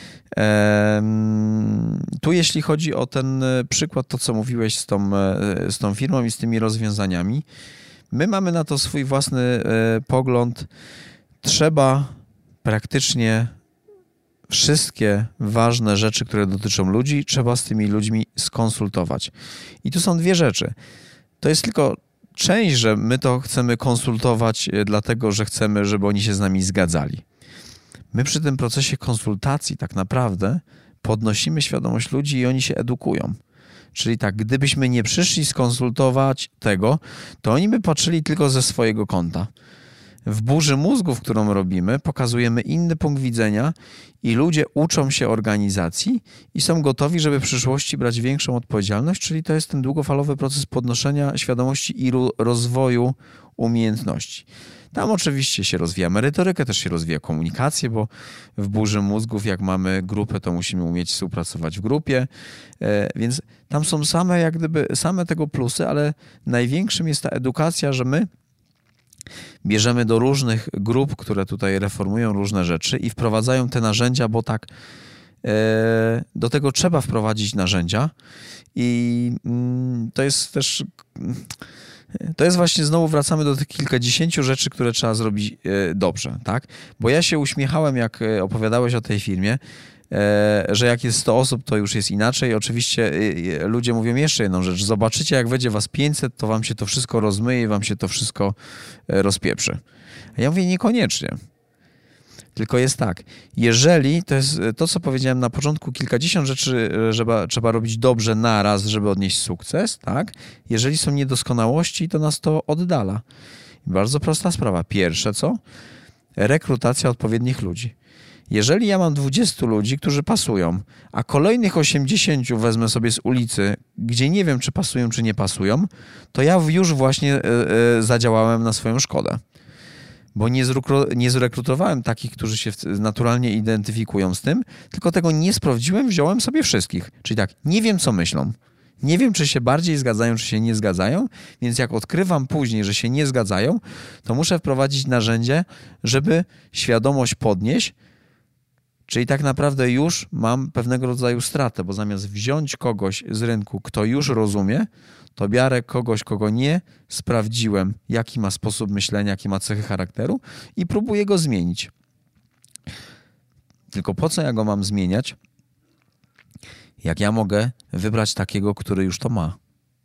Tu jeśli chodzi o ten przykład, to co mówiłeś z tą, z tą firmą i z tymi rozwiązaniami, my mamy na to swój własny pogląd. Trzeba praktycznie wszystkie ważne rzeczy, które dotyczą ludzi, trzeba z tymi ludźmi skonsultować. I tu są dwie rzeczy. To jest tylko część, że my to chcemy konsultować dlatego, że chcemy, żeby oni się z nami zgadzali. My przy tym procesie konsultacji tak naprawdę podnosimy świadomość ludzi i oni się edukują. Czyli tak, gdybyśmy nie przyszli skonsultować tego, to oni by patrzyli tylko ze swojego kąta. W burzy mózgów, którą robimy, pokazujemy inny punkt widzenia i ludzie uczą się organizacji i są gotowi, żeby w przyszłości brać większą odpowiedzialność, czyli to jest ten długofalowy proces podnoszenia świadomości i rozwoju umiejętności. Tam oczywiście się rozwija merytorykę, też się rozwija komunikację, bo w burzy mózgów, jak mamy grupę, to musimy umieć współpracować w grupie, więc tam są same jak gdyby same tego plusy, ale największym jest ta edukacja, że my bierzemy do różnych grup, które tutaj reformują różne rzeczy i wprowadzają te narzędzia, bo tak do tego trzeba wprowadzić narzędzia i to jest też, to jest właśnie znowu wracamy do tych kilkudziesięciu rzeczy, które trzeba zrobić dobrze, tak? Bo ja się uśmiechałem, jak opowiadałeś o tej firmie, że jak jest sto osób, to już jest inaczej. Oczywiście ludzie mówią jeszcze jedną rzecz. Zobaczycie, jak będzie was pięćset, to wam się to wszystko rozmyje i wam się to wszystko rozpieprzy. A ja mówię, niekoniecznie. Tylko jest tak, jeżeli, to jest to, co powiedziałem na początku, kilkadziesiąt rzeczy trzeba, trzeba robić dobrze naraz, żeby odnieść sukces, tak? Jeżeli są niedoskonałości, to nas to oddala. Bardzo prosta sprawa. Pierwsze co? Rekrutacja odpowiednich ludzi. Jeżeli ja mam dwudziestu ludzi, którzy pasują, a kolejnych osiemdziesięciu wezmę sobie z ulicy, gdzie nie wiem, czy pasują, czy nie pasują, to ja już właśnie zadziałałem na swoją szkodę. Bo nie, zrukro, nie zrekrutowałem takich, którzy się naturalnie identyfikują z tym, tylko tego nie sprawdziłem, wziąłem sobie wszystkich. Czyli tak, nie wiem, co myślą. Nie wiem, czy się bardziej zgadzają, czy się nie zgadzają, więc jak odkrywam później, że się nie zgadzają, to muszę wprowadzić narzędzie, żeby świadomość podnieść. Czyli tak naprawdę już mam pewnego rodzaju stratę, bo zamiast wziąć kogoś z rynku, kto już rozumie, to biorę kogoś, kogo nie sprawdziłem, jaki ma sposób myślenia, jakie ma cechy charakteru i próbuję go zmienić. Tylko po co ja go mam zmieniać, jak ja mogę wybrać takiego, który już to ma?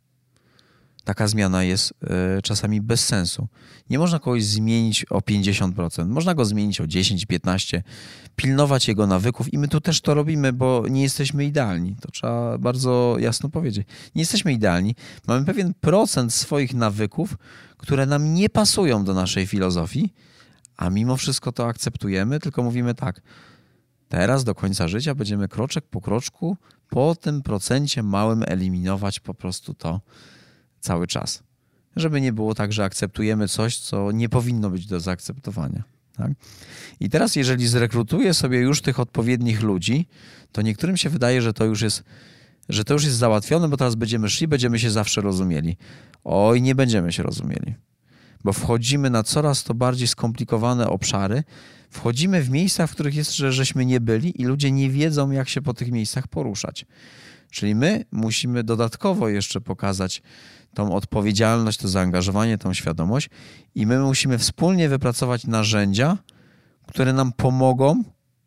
Taka zmiana jest y, czasami bez sensu. Nie można kogoś zmienić o pięćdziesiąt procent. Można go zmienić o dziesięć piętnaście procent, pilnować jego nawyków i my tu też to robimy, bo nie jesteśmy idealni. To trzeba bardzo jasno powiedzieć. Nie jesteśmy idealni. Mamy pewien procent swoich nawyków, które nam nie pasują do naszej filozofii, a mimo wszystko to akceptujemy, tylko mówimy tak, teraz do końca życia będziemy kroczek po kroczku po tym procencie małym eliminować po prostu to cały czas. Żeby nie było tak, że akceptujemy coś, co nie powinno być do zaakceptowania. Tak? I teraz jeżeli zrekrutuję sobie już tych odpowiednich ludzi, to niektórym się wydaje, że to już jest, że to już jest załatwione, bo teraz będziemy szli, będziemy się zawsze rozumieli. Oj, nie będziemy się rozumieli, bo wchodzimy na coraz to bardziej skomplikowane obszary, wchodzimy w miejsca, w których jest, że żeśmy nie byli i ludzie nie wiedzą, jak się po tych miejscach poruszać. Czyli my musimy dodatkowo jeszcze pokazać tą odpowiedzialność, to zaangażowanie, tą świadomość i my musimy wspólnie wypracować narzędzia, które nam pomogą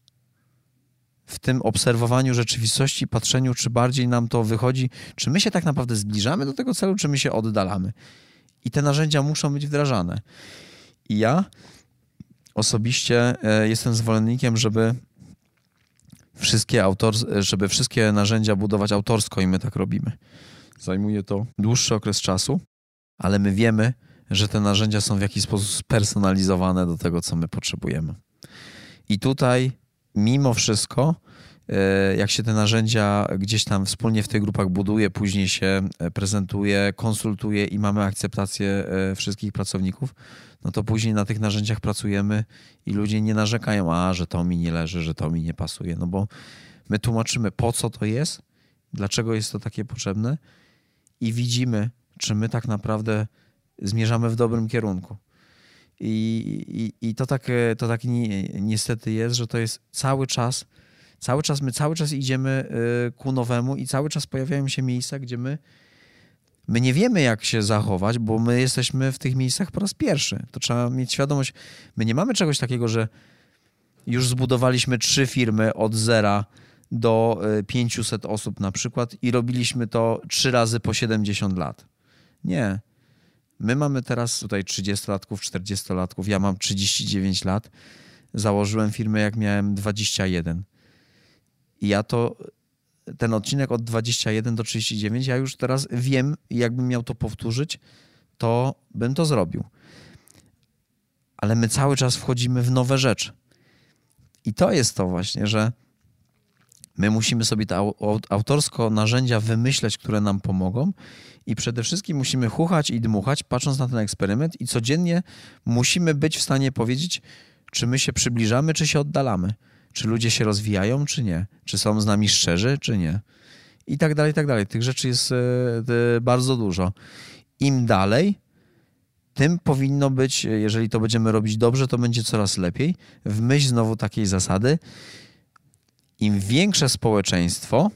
w tym obserwowaniu rzeczywistości, patrzeniu, czy bardziej nam to wychodzi, czy my się tak naprawdę zbliżamy do tego celu, czy my się oddalamy. I te narzędzia muszą być wdrażane. I ja osobiście jestem zwolennikiem, żeby wszystkie, autor, żeby wszystkie narzędzia budować autorsko i my tak robimy. Zajmuje to dłuższy okres czasu, ale my wiemy, że te narzędzia są w jakiś sposób spersonalizowane do tego, co my potrzebujemy. I tutaj mimo wszystko, jak się te narzędzia gdzieś tam wspólnie w tych grupach buduje, później się prezentuje, konsultuje i mamy akceptację wszystkich pracowników, no to później na tych narzędziach pracujemy i ludzie nie narzekają, a że to mi nie leży, że to mi nie pasuje, no bo my tłumaczymy, po co to jest, dlaczego jest to takie potrzebne i widzimy, czy my tak naprawdę zmierzamy w dobrym kierunku. I, i, i to tak, to tak ni, niestety jest, że to jest cały czas, cały czas, my cały czas idziemy ku nowemu i cały czas pojawiają się miejsca, gdzie my, my nie wiemy, jak się zachować, bo my jesteśmy w tych miejscach po raz pierwszy. To trzeba mieć świadomość. My nie mamy czegoś takiego, że już zbudowaliśmy trzy firmy od zera do pięciuset osób na przykład i robiliśmy to trzy razy po siedemdziesiąt lat. Nie. My mamy teraz tutaj trzydziestolatków, czterdziestolatków. Ja mam trzydzieści dziewięć lat. Założyłem firmę, jak miałem dwadzieścia jeden. I ja to, ten odcinek od dwudziestu jeden do trzydziestu dziewięciu, ja już teraz wiem, jakbym miał to powtórzyć, to bym to zrobił. Ale my cały czas wchodzimy w nowe rzeczy. I to jest to właśnie, że my musimy sobie te autorsko narzędzia wymyśleć, które nam pomogą i przede wszystkim musimy chuchać i dmuchać, patrząc na ten eksperyment i codziennie musimy być w stanie powiedzieć, czy my się przybliżamy, czy się oddalamy. Czy ludzie się rozwijają, czy nie. Czy są z nami szczerzy, czy nie. I tak dalej, i tak dalej. Tych rzeczy jest bardzo dużo. Im dalej, tym powinno być, jeżeli to będziemy robić dobrze, to będzie coraz lepiej. W myśl znowu takiej zasady, im większe społeczeństwo,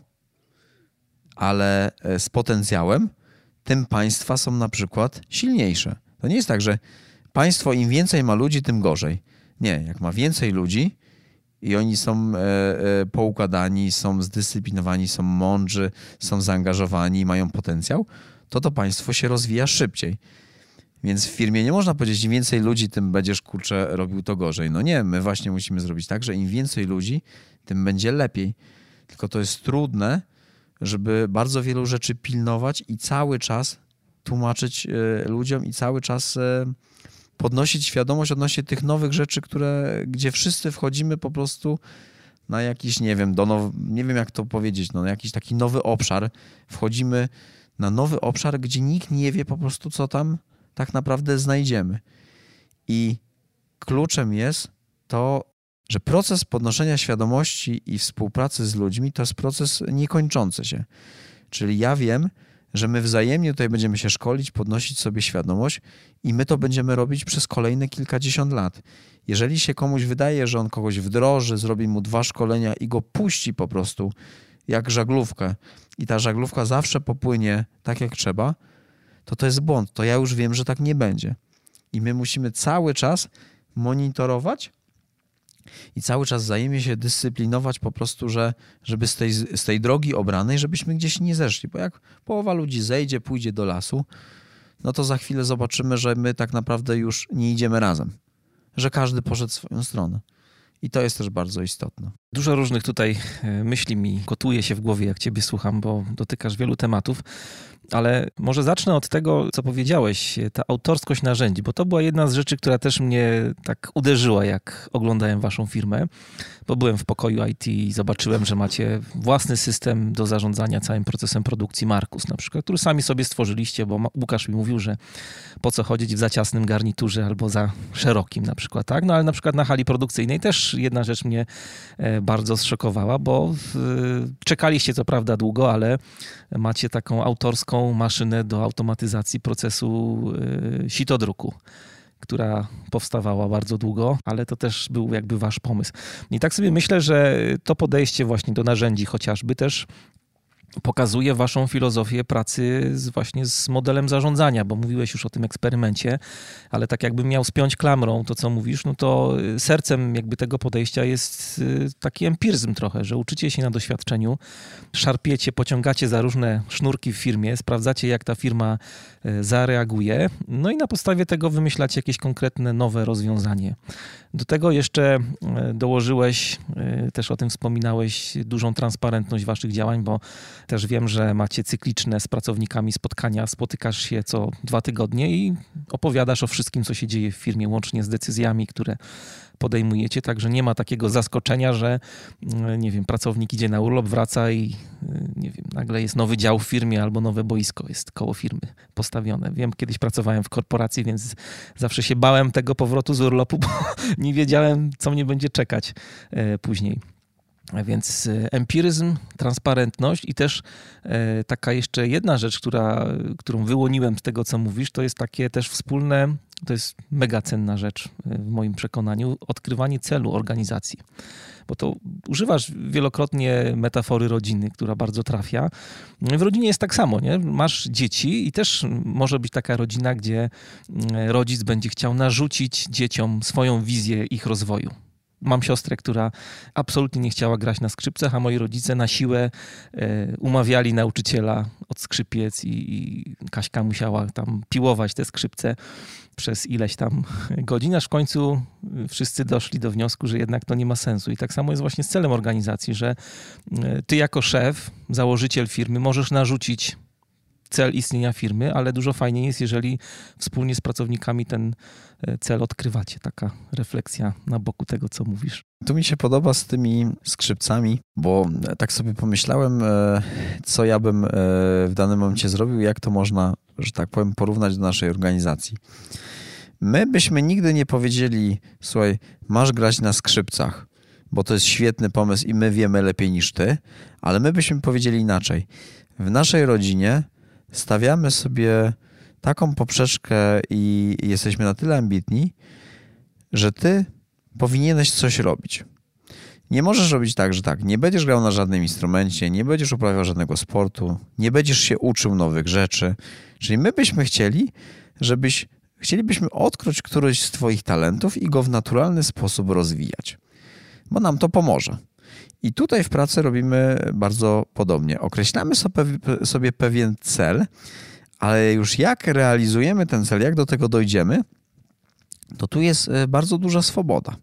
ale z potencjałem, tym państwa są na przykład silniejsze. To nie jest tak, że państwo im więcej ma ludzi, tym gorzej. Nie, jak ma więcej ludzi i oni są poukładani, są zdyscyplinowani, są mądrzy, są zaangażowani, mają potencjał, to to państwo się rozwija szybciej. Więc w firmie nie można powiedzieć, im więcej ludzi, tym będziesz, kurczę, robił to gorzej. No nie, my właśnie musimy zrobić tak, że im więcej ludzi, tym będzie lepiej. Tylko to jest trudne, żeby bardzo wielu rzeczy pilnować i cały czas tłumaczyć ludziom i cały czas podnosić świadomość odnośnie tych nowych rzeczy, które, gdzie wszyscy wchodzimy po prostu na jakiś, nie wiem, do now, nie wiem jak to powiedzieć, no, na jakiś taki nowy obszar. Wchodzimy na nowy obszar, gdzie nikt nie wie po prostu, co tam tak naprawdę znajdziemy. I kluczem jest to, że proces podnoszenia świadomości i współpracy z ludźmi to jest proces niekończący się. Czyli ja wiem, że my wzajemnie tutaj będziemy się szkolić, podnosić sobie świadomość i my to będziemy robić przez kolejne kilkadziesiąt lat. Jeżeli się komuś wydaje, że on kogoś wdroży, zrobi mu dwa szkolenia i go puści po prostu jak żaglówkę i ta żaglówka zawsze popłynie tak jak trzeba, to to jest błąd. To ja już wiem, że tak nie będzie. I my musimy cały czas monitorować i cały czas wzajemnie się dyscyplinować po prostu, że, żeby z tej, z tej drogi obranej, żebyśmy gdzieś nie zeszli. Bo jak połowa ludzi zejdzie, pójdzie do lasu, no to za chwilę zobaczymy, że my tak naprawdę już nie idziemy razem. Że każdy poszedł w swoją stronę. I to jest też bardzo istotne. Dużo różnych tutaj myśli mi gotuje się w głowie, jak ciebie słucham, bo dotykasz wielu tematów. ale może zacznę od tego, co powiedziałeś, ta autorskość narzędzi, bo to była jedna z rzeczy, która też mnie tak uderzyła, jak oglądałem waszą firmę, bo byłem w pokoju I T i zobaczyłem, że macie własny system do zarządzania całym procesem produkcji Markus na przykład, który sami sobie stworzyliście, bo Łukasz mi mówił, że po co chodzić w za ciasnym garniturze albo za szerokim na przykład, tak? No ale na przykład na hali produkcyjnej też jedna rzecz mnie bardzo zszokowała, bo czekaliście co prawda długo, ale macie taką autorską maszynę do automatyzacji procesu sitodruku, która powstawała bardzo długo, ale to też był jakby wasz pomysł. I tak sobie myślę, że to podejście właśnie do narzędzi chociażby też pokazuje waszą filozofię pracy z, właśnie z modelem zarządzania, bo mówiłeś już o tym eksperymencie, ale tak jakbym miał spiąć klamrą to, co mówisz, no to sercem jakby tego podejścia jest taki empiryzm trochę, że uczycie się na doświadczeniu, szarpiecie, pociągacie za różne sznurki w firmie, sprawdzacie, jak ta firma zareaguje, no i na podstawie tego wymyślacie jakieś konkretne, nowe rozwiązanie. Do tego jeszcze dołożyłeś, też o tym wspominałeś, dużą transparentność waszych działań, bo też wiem, że macie cykliczne z pracownikami spotkania, spotykasz się co dwa tygodnie i opowiadasz o wszystkim, co się dzieje w firmie, łącznie z decyzjami, które podejmujecie, także nie ma takiego zaskoczenia, że nie wiem, pracownik idzie na urlop, wraca i nie wiem, nagle jest nowy dział w firmie albo nowe boisko jest koło firmy postawione. Wiem, kiedyś pracowałem w korporacji, więc zawsze się bałem tego powrotu z urlopu, bo nie wiedziałem, co mnie będzie czekać później. Więc empiryzm, transparentność i też taka jeszcze jedna rzecz, która, którą wyłoniłem z tego, co mówisz, to jest takie też wspólne, to jest mega cenna rzecz w moim przekonaniu, odkrywanie celu organizacji. Bo to używasz wielokrotnie metafory rodziny, która bardzo trafia. W rodzinie jest tak samo, nie? Masz dzieci i też może być taka rodzina, gdzie rodzic będzie chciał narzucić dzieciom swoją wizję ich rozwoju. Mam siostrę, która absolutnie nie chciała grać na skrzypcach, a moi rodzice na siłę e, umawiali nauczyciela od skrzypiec i, i Kaśka musiała tam piłować te skrzypce przez ileś tam godzin, aż w końcu wszyscy doszli do wniosku, że jednak to nie ma sensu. I tak samo jest właśnie z celem organizacji, że ty jako szef, założyciel firmy możesz narzucić cel istnienia firmy, ale dużo fajniej jest, jeżeli wspólnie z pracownikami ten cel odkrywacie. Taka refleksja na boku tego, co mówisz. Tu mi się podoba z tymi skrzypcami, bo tak sobie pomyślałem, co ja bym w danym momencie zrobił, jak to można, że tak powiem, porównać do naszej organizacji. My byśmy nigdy nie powiedzieli, słuchaj, masz grać na skrzypcach, bo to jest świetny pomysł i my wiemy lepiej niż ty, ale my byśmy powiedzieli inaczej. W naszej rodzinie stawiamy sobie taką poprzeczkę i jesteśmy na tyle ambitni, że ty powinieneś coś robić. Nie możesz robić tak, że tak, nie będziesz grał na żadnym instrumencie, nie będziesz uprawiał żadnego sportu, nie będziesz się uczył nowych rzeczy. Czyli my byśmy chcieli, żebyś, chcielibyśmy odkryć któryś z twoich talentów i go w naturalny sposób rozwijać, bo nam to pomoże. I tutaj w pracy robimy bardzo podobnie. Określamy sobie pewien cel, ale już jak realizujemy ten cel, jak do tego dojdziemy, to tu jest bardzo duża swoboda.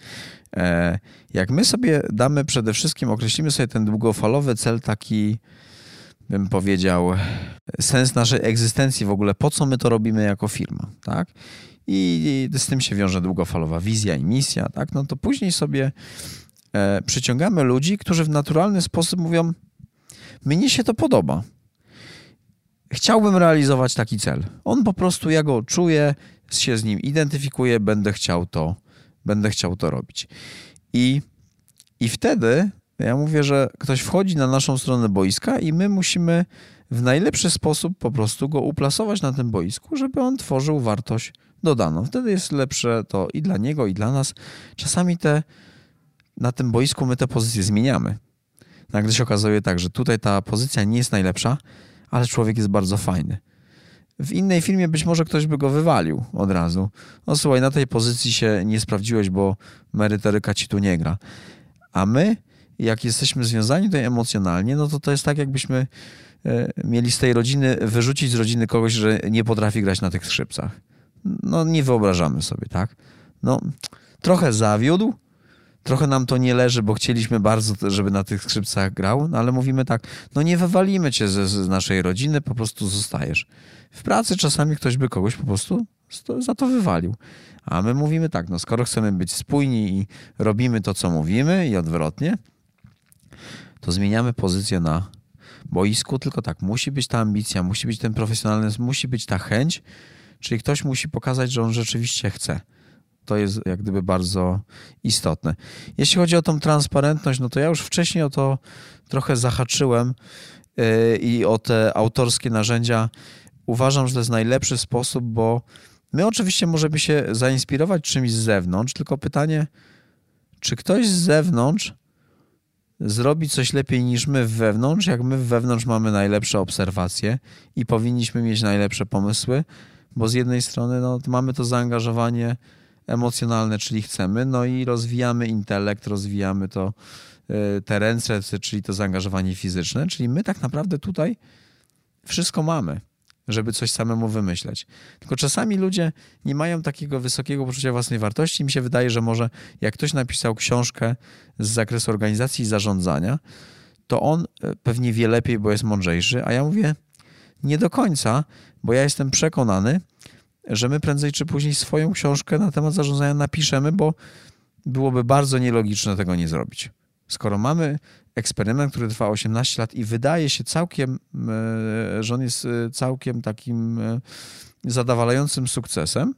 Jak my sobie damy przede wszystkim, określimy sobie ten długofalowy cel, taki bym powiedział, sens naszej egzystencji w ogóle, po co my to robimy jako firma, tak? I z tym się wiąże długofalowa wizja i misja, tak? No to później sobie e, przyciągamy ludzi, którzy w naturalny sposób mówią, mnie się to podoba. Chciałbym realizować taki cel. On po prostu, ja go czuję, się z nim identyfikuję, będę chciał to, będę chciał to robić. I, i wtedy ja mówię, że ktoś wchodzi na naszą stronę boiska i my musimy w najlepszy sposób po prostu go uplasować na tym boisku, żeby on tworzył wartość dodaną. Wtedy jest lepsze to i dla niego, i dla nas. Czasami te, na tym boisku my te pozycje zmieniamy. Nagle się okazuje tak, że tutaj ta pozycja nie jest najlepsza, ale człowiek jest bardzo fajny. W innej firmie być może ktoś by go wywalił od razu. No słuchaj, na tej pozycji się nie sprawdziłeś, bo merytoryka ci tu nie gra. A my, jak jesteśmy związani tutaj emocjonalnie, no to to jest tak, jakbyśmy mieli z tej rodziny, wyrzucić z rodziny kogoś, że nie potrafi grać na tych skrzypcach. No nie wyobrażamy sobie, tak? No trochę zawiódł, trochę nam to nie leży, bo chcieliśmy bardzo, żeby na tych skrzypcach grał, no ale mówimy tak, no nie wywalimy cię z, z naszej rodziny, po prostu zostajesz. W pracy czasami ktoś by kogoś po prostu za to wywalił. A my mówimy tak, no skoro chcemy być spójni i robimy to, co mówimy i odwrotnie, to zmieniamy pozycję na boisku, tylko tak, musi być ta ambicja, musi być ten profesjonalizm, musi być ta chęć, czyli ktoś musi pokazać, że on rzeczywiście chce. To jest jak gdyby bardzo istotne. Jeśli chodzi o tą transparentność, no to ja już wcześniej o to trochę zahaczyłem yy, i o te autorskie narzędzia. Uważam, że to jest najlepszy sposób, bo my oczywiście możemy się zainspirować czymś z zewnątrz, tylko pytanie, czy ktoś z zewnątrz zrobi coś lepiej niż my wewnątrz, jak my wewnątrz mamy najlepsze obserwacje i powinniśmy mieć najlepsze pomysły, bo z jednej strony no, mamy to zaangażowanie emocjonalne, czyli chcemy, no i rozwijamy intelekt, rozwijamy to te ręce, czyli to zaangażowanie fizyczne, czyli my tak naprawdę tutaj wszystko mamy, żeby coś samemu wymyśleć. Tylko czasami ludzie nie mają takiego wysokiego poczucia własnej wartości. Mi się wydaje, że może jak ktoś napisał książkę z zakresu organizacji i zarządzania, to on pewnie wie lepiej, bo jest mądrzejszy, a ja mówię nie do końca, bo ja jestem przekonany, że my prędzej czy później swoją książkę na temat zarządzania napiszemy, bo byłoby bardzo nielogiczne tego nie zrobić. Skoro mamy eksperyment, który trwa osiemnaście lat i wydaje się całkiem, że on jest całkiem takim zadowalającym sukcesem,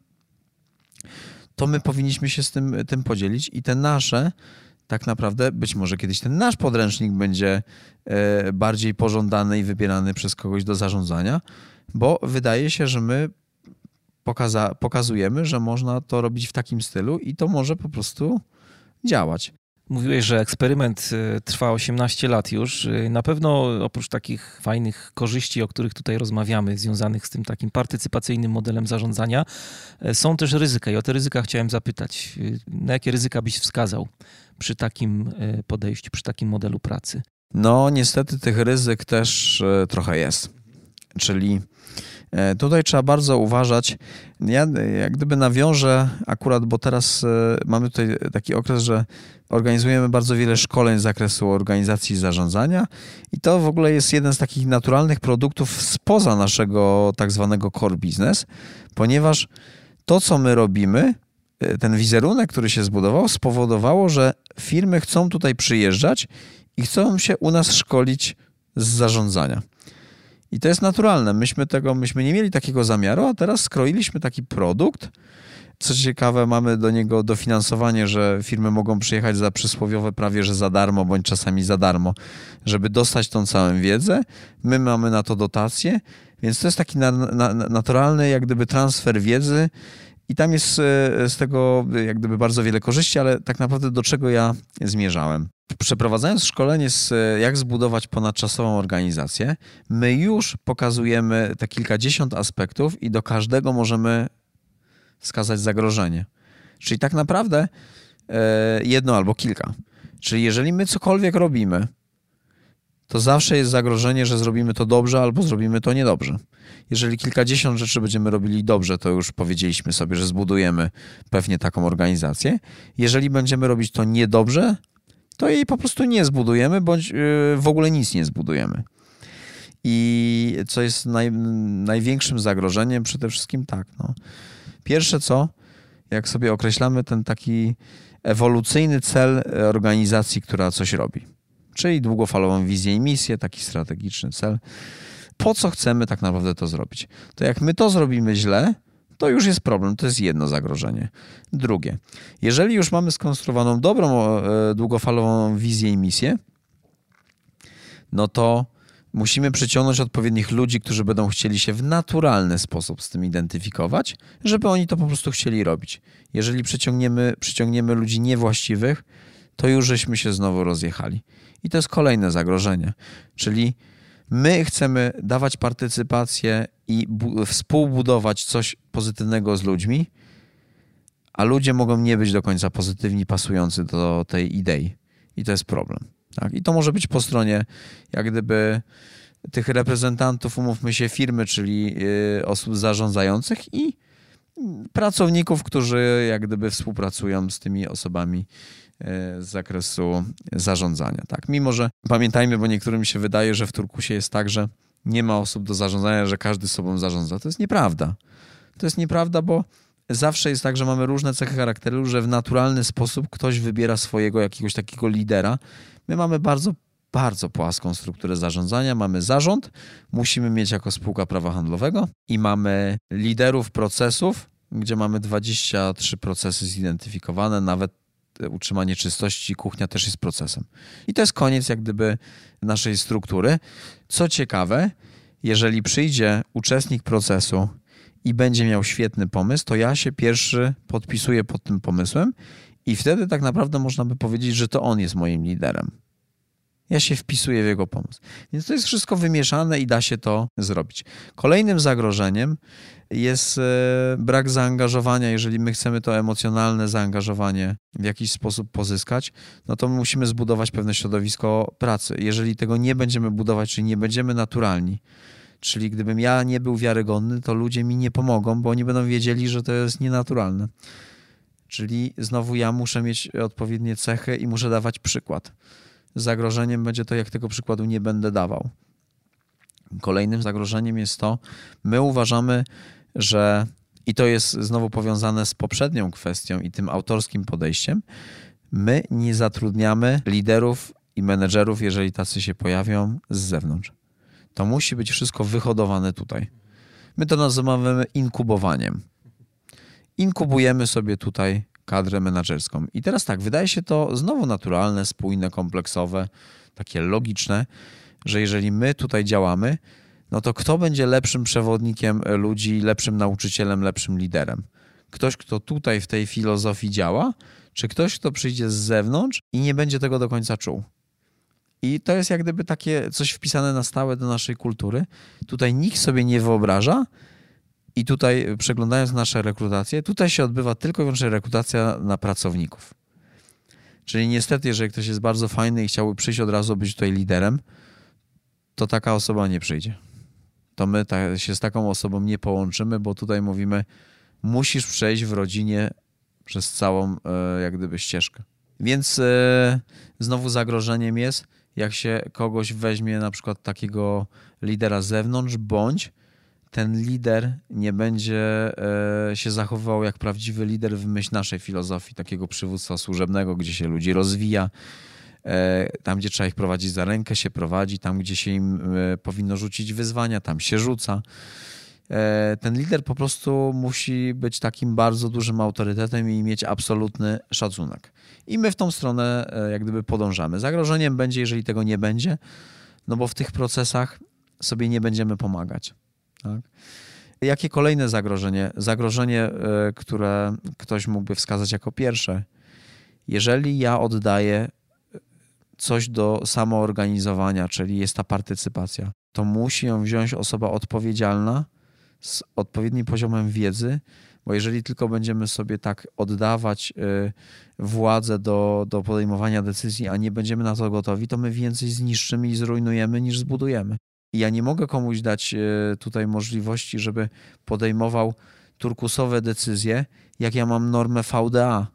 to my powinniśmy się z tym, tym podzielić i te nasze, tak naprawdę być może kiedyś ten nasz podręcznik będzie bardziej pożądany i wybierany przez kogoś do zarządzania, bo wydaje się, że my pokaza- pokazujemy, że można to robić w takim stylu i to może po prostu działać. Mówiłeś, że eksperyment trwa osiemnaście lat już. Na pewno oprócz takich fajnych korzyści, o których tutaj rozmawiamy, związanych z tym takim partycypacyjnym modelem zarządzania, są też ryzyka i o te ryzyka chciałem zapytać. Na jakie ryzyka byś wskazał przy takim podejściu, przy takim modelu pracy? No niestety tych ryzyk też trochę jest. Czyli tutaj trzeba bardzo uważać. Ja jak gdyby nawiążę akurat, bo teraz mamy tutaj taki okres, że organizujemy bardzo wiele szkoleń z zakresu organizacji i zarządzania i to w ogóle jest jeden z takich naturalnych produktów spoza naszego tak zwanego core business, ponieważ to, co my robimy, ten wizerunek, który się zbudował, spowodowało, że firmy chcą tutaj przyjeżdżać i chcą się u nas szkolić z zarządzania. I to jest naturalne. Myśmy tego, myśmy nie mieli takiego zamiaru, a teraz skroiliśmy taki produkt. Co ciekawe, mamy do niego dofinansowanie, że firmy mogą przyjechać za przysłowiowe prawie, że za darmo, bądź czasami za darmo, żeby dostać tą całą wiedzę. My mamy na to dotacje, więc to jest taki na, na, naturalny jak gdyby transfer wiedzy i tam jest z tego jak gdyby bardzo wiele korzyści, ale tak naprawdę do czego ja zmierzałem. Przeprowadzając szkolenie z jak zbudować ponadczasową organizację, my już pokazujemy te kilkadziesiąt aspektów i do każdego możemy wskazać zagrożenie. Czyli tak naprawdę jedno albo kilka. Czyli jeżeli my cokolwiek robimy, to zawsze jest zagrożenie, że zrobimy to dobrze albo zrobimy to niedobrze. Jeżeli kilkadziesiąt rzeczy będziemy robili dobrze, to już powiedzieliśmy sobie, że zbudujemy pewnie taką organizację. Jeżeli będziemy robić to niedobrze, to jej po prostu nie zbudujemy, bądź w ogóle nic nie zbudujemy. I co jest naj, największym zagrożeniem? Przede wszystkim tak, no. Pierwsze co, jak sobie określamy ten taki ewolucyjny cel organizacji, która coś robi, czyli długofalową wizję i misję, taki strategiczny cel, po co chcemy tak naprawdę to zrobić? To jak my to zrobimy źle, to już jest problem, to jest jedno zagrożenie. Drugie, jeżeli już mamy skonstruowaną dobrą, długofalową wizję i misję, no to musimy przyciągnąć odpowiednich ludzi, którzy będą chcieli się w naturalny sposób z tym identyfikować, żeby oni to po prostu chcieli robić. Jeżeli przyciągniemy, przyciągniemy ludzi niewłaściwych, to już żeśmy się znowu rozjechali. I to jest kolejne zagrożenie, czyli my chcemy dawać partycypację i bu- współbudować coś pozytywnego z ludźmi, a ludzie mogą nie być do końca pozytywni, pasujący do tej idei. I to jest problem. Tak? I to może być po stronie jak gdyby tych reprezentantów, umówmy się, firmy, czyli yy, osób zarządzających i pracowników, którzy jak gdyby współpracują z tymi osobami z zakresu zarządzania. Tak, mimo że pamiętajmy, bo niektórym się wydaje, że w Turkusie jest tak, że nie ma osób do zarządzania, że każdy sobą zarządza. To jest nieprawda. To jest nieprawda, bo zawsze jest tak, że mamy różne cechy charakteru, że w naturalny sposób ktoś wybiera swojego jakiegoś takiego lidera. My mamy bardzo, bardzo płaską strukturę zarządzania. Mamy zarząd, musimy mieć jako spółka prawa handlowego i mamy liderów procesów, gdzie mamy dwadzieścia trzy procesy zidentyfikowane, nawet utrzymanie czystości, kuchnia też jest procesem. I to jest koniec jak gdyby naszej struktury. Co ciekawe, jeżeli przyjdzie uczestnik procesu i będzie miał świetny pomysł, to ja się pierwszy podpisuję pod tym pomysłem i wtedy tak naprawdę można by powiedzieć, że to on jest moim liderem. Ja się wpisuję w jego pomysł. Więc to jest wszystko wymieszane i da się to zrobić. Kolejnym zagrożeniem jest brak zaangażowania. Jeżeli my chcemy to emocjonalne zaangażowanie w jakiś sposób pozyskać, no to musimy zbudować pewne środowisko pracy. Jeżeli tego nie będziemy budować, czyli nie będziemy naturalni, czyli gdybym ja nie był wiarygodny, to ludzie mi nie pomogą, bo oni będą wiedzieli, że to jest nienaturalne. Czyli znowu ja muszę mieć odpowiednie cechy i muszę dawać przykład. Zagrożeniem będzie to, jak tego przykładu nie będę dawał. Kolejnym zagrożeniem jest to, my uważamy, że i to jest znowu powiązane z poprzednią kwestią i tym autorskim podejściem, my nie zatrudniamy liderów i menedżerów, jeżeli tacy się pojawią, z zewnątrz. To musi być wszystko wyhodowane tutaj. My to nazywamy inkubowaniem. Inkubujemy sobie tutaj kadrę menedżerską. I teraz tak, wydaje się to znowu naturalne, spójne, kompleksowe, takie logiczne, że jeżeli my tutaj działamy, no to kto będzie lepszym przewodnikiem ludzi, lepszym nauczycielem, lepszym liderem? Ktoś, kto tutaj w tej filozofii działa, czy ktoś, kto przyjdzie z zewnątrz i nie będzie tego do końca czuł? I to jest jak gdyby takie coś wpisane na stałe do naszej kultury. Tutaj nikt sobie nie wyobraża i tutaj przeglądając nasze rekrutacje, tutaj się odbywa tylko i wyłącznie rekrutacja na pracowników. Czyli niestety, jeżeli ktoś jest bardzo fajny i chciałby przyjść od razu być tutaj liderem, to taka osoba nie przyjdzie. To my ta, się z taką osobą nie połączymy, bo tutaj mówimy, musisz przejść w rodzinie przez całą e, jak gdyby ścieżkę. Więc e, znowu zagrożeniem jest, jak się kogoś weźmie, na przykład takiego lidera z zewnątrz, bądź ten lider nie będzie e, się zachowywał jak prawdziwy lider w myśl naszej filozofii, takiego przywództwa służebnego, gdzie się ludzi rozwija, e, tam gdzie trzeba ich prowadzić za rękę, się prowadzi, tam gdzie się im e, powinno rzucić wyzwania, tam się rzuca. E, ten lider po prostu musi być takim bardzo dużym autorytetem i mieć absolutny szacunek. I my w tą stronę e, jak gdyby podążamy. Zagrożeniem będzie, jeżeli tego nie będzie, no bo w tych procesach sobie nie będziemy pomagać. Tak? Jakie kolejne zagrożenie? Zagrożenie, które ktoś mógłby wskazać jako pierwsze. Jeżeli ja oddaję coś do samoorganizowania, czyli jest ta partycypacja, to musi ją wziąć osoba odpowiedzialna z odpowiednim poziomem wiedzy, bo jeżeli tylko będziemy sobie tak oddawać władzę do, do podejmowania decyzji, a nie będziemy na to gotowi, to my więcej zniszczymy i zrujnujemy niż zbudujemy. I ja nie mogę komuś dać tutaj możliwości, żeby podejmował turkusowe decyzje, jak ja mam normę V D A.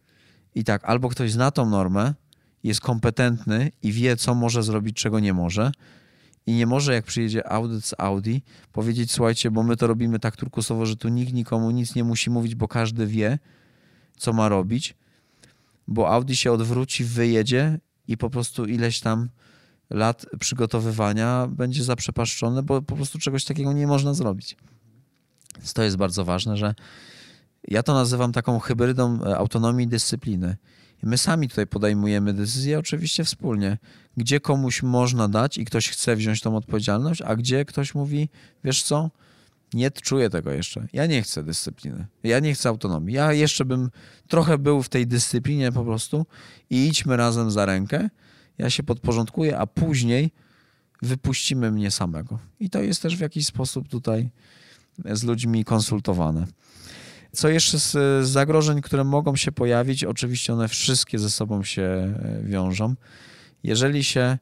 I tak, albo ktoś zna tą normę, jest kompetentny i wie, co może zrobić, czego nie może. I nie może, jak przyjedzie audyt z Audi, powiedzieć, słuchajcie, bo my to robimy tak turkusowo, że tu nikt nikomu nic nie musi mówić, bo każdy wie, co ma robić. Bo Audi się odwróci, wyjedzie i po prostu ileś tam lat przygotowywania będzie zaprzepaszczone, bo po prostu czegoś takiego nie można zrobić. Więc to jest bardzo ważne, że ja to nazywam taką hybrydą autonomii i dyscypliny. I my sami tutaj podejmujemy decyzje, oczywiście wspólnie, gdzie komuś można dać i ktoś chce wziąć tą odpowiedzialność, a gdzie ktoś mówi, wiesz co, nie czuję tego jeszcze. Ja nie chcę dyscypliny. Ja nie chcę autonomii. Ja jeszcze bym trochę był w tej dyscyplinie po prostu i idźmy razem za rękę. Ja się podporządkuję, a później wypuścimy mnie samego. I to jest też w jakiś sposób tutaj z ludźmi konsultowane. Co jeszcze z, z zagrożeń, które mogą się pojawić? Oczywiście one wszystkie ze sobą się wiążą. Jeżeli się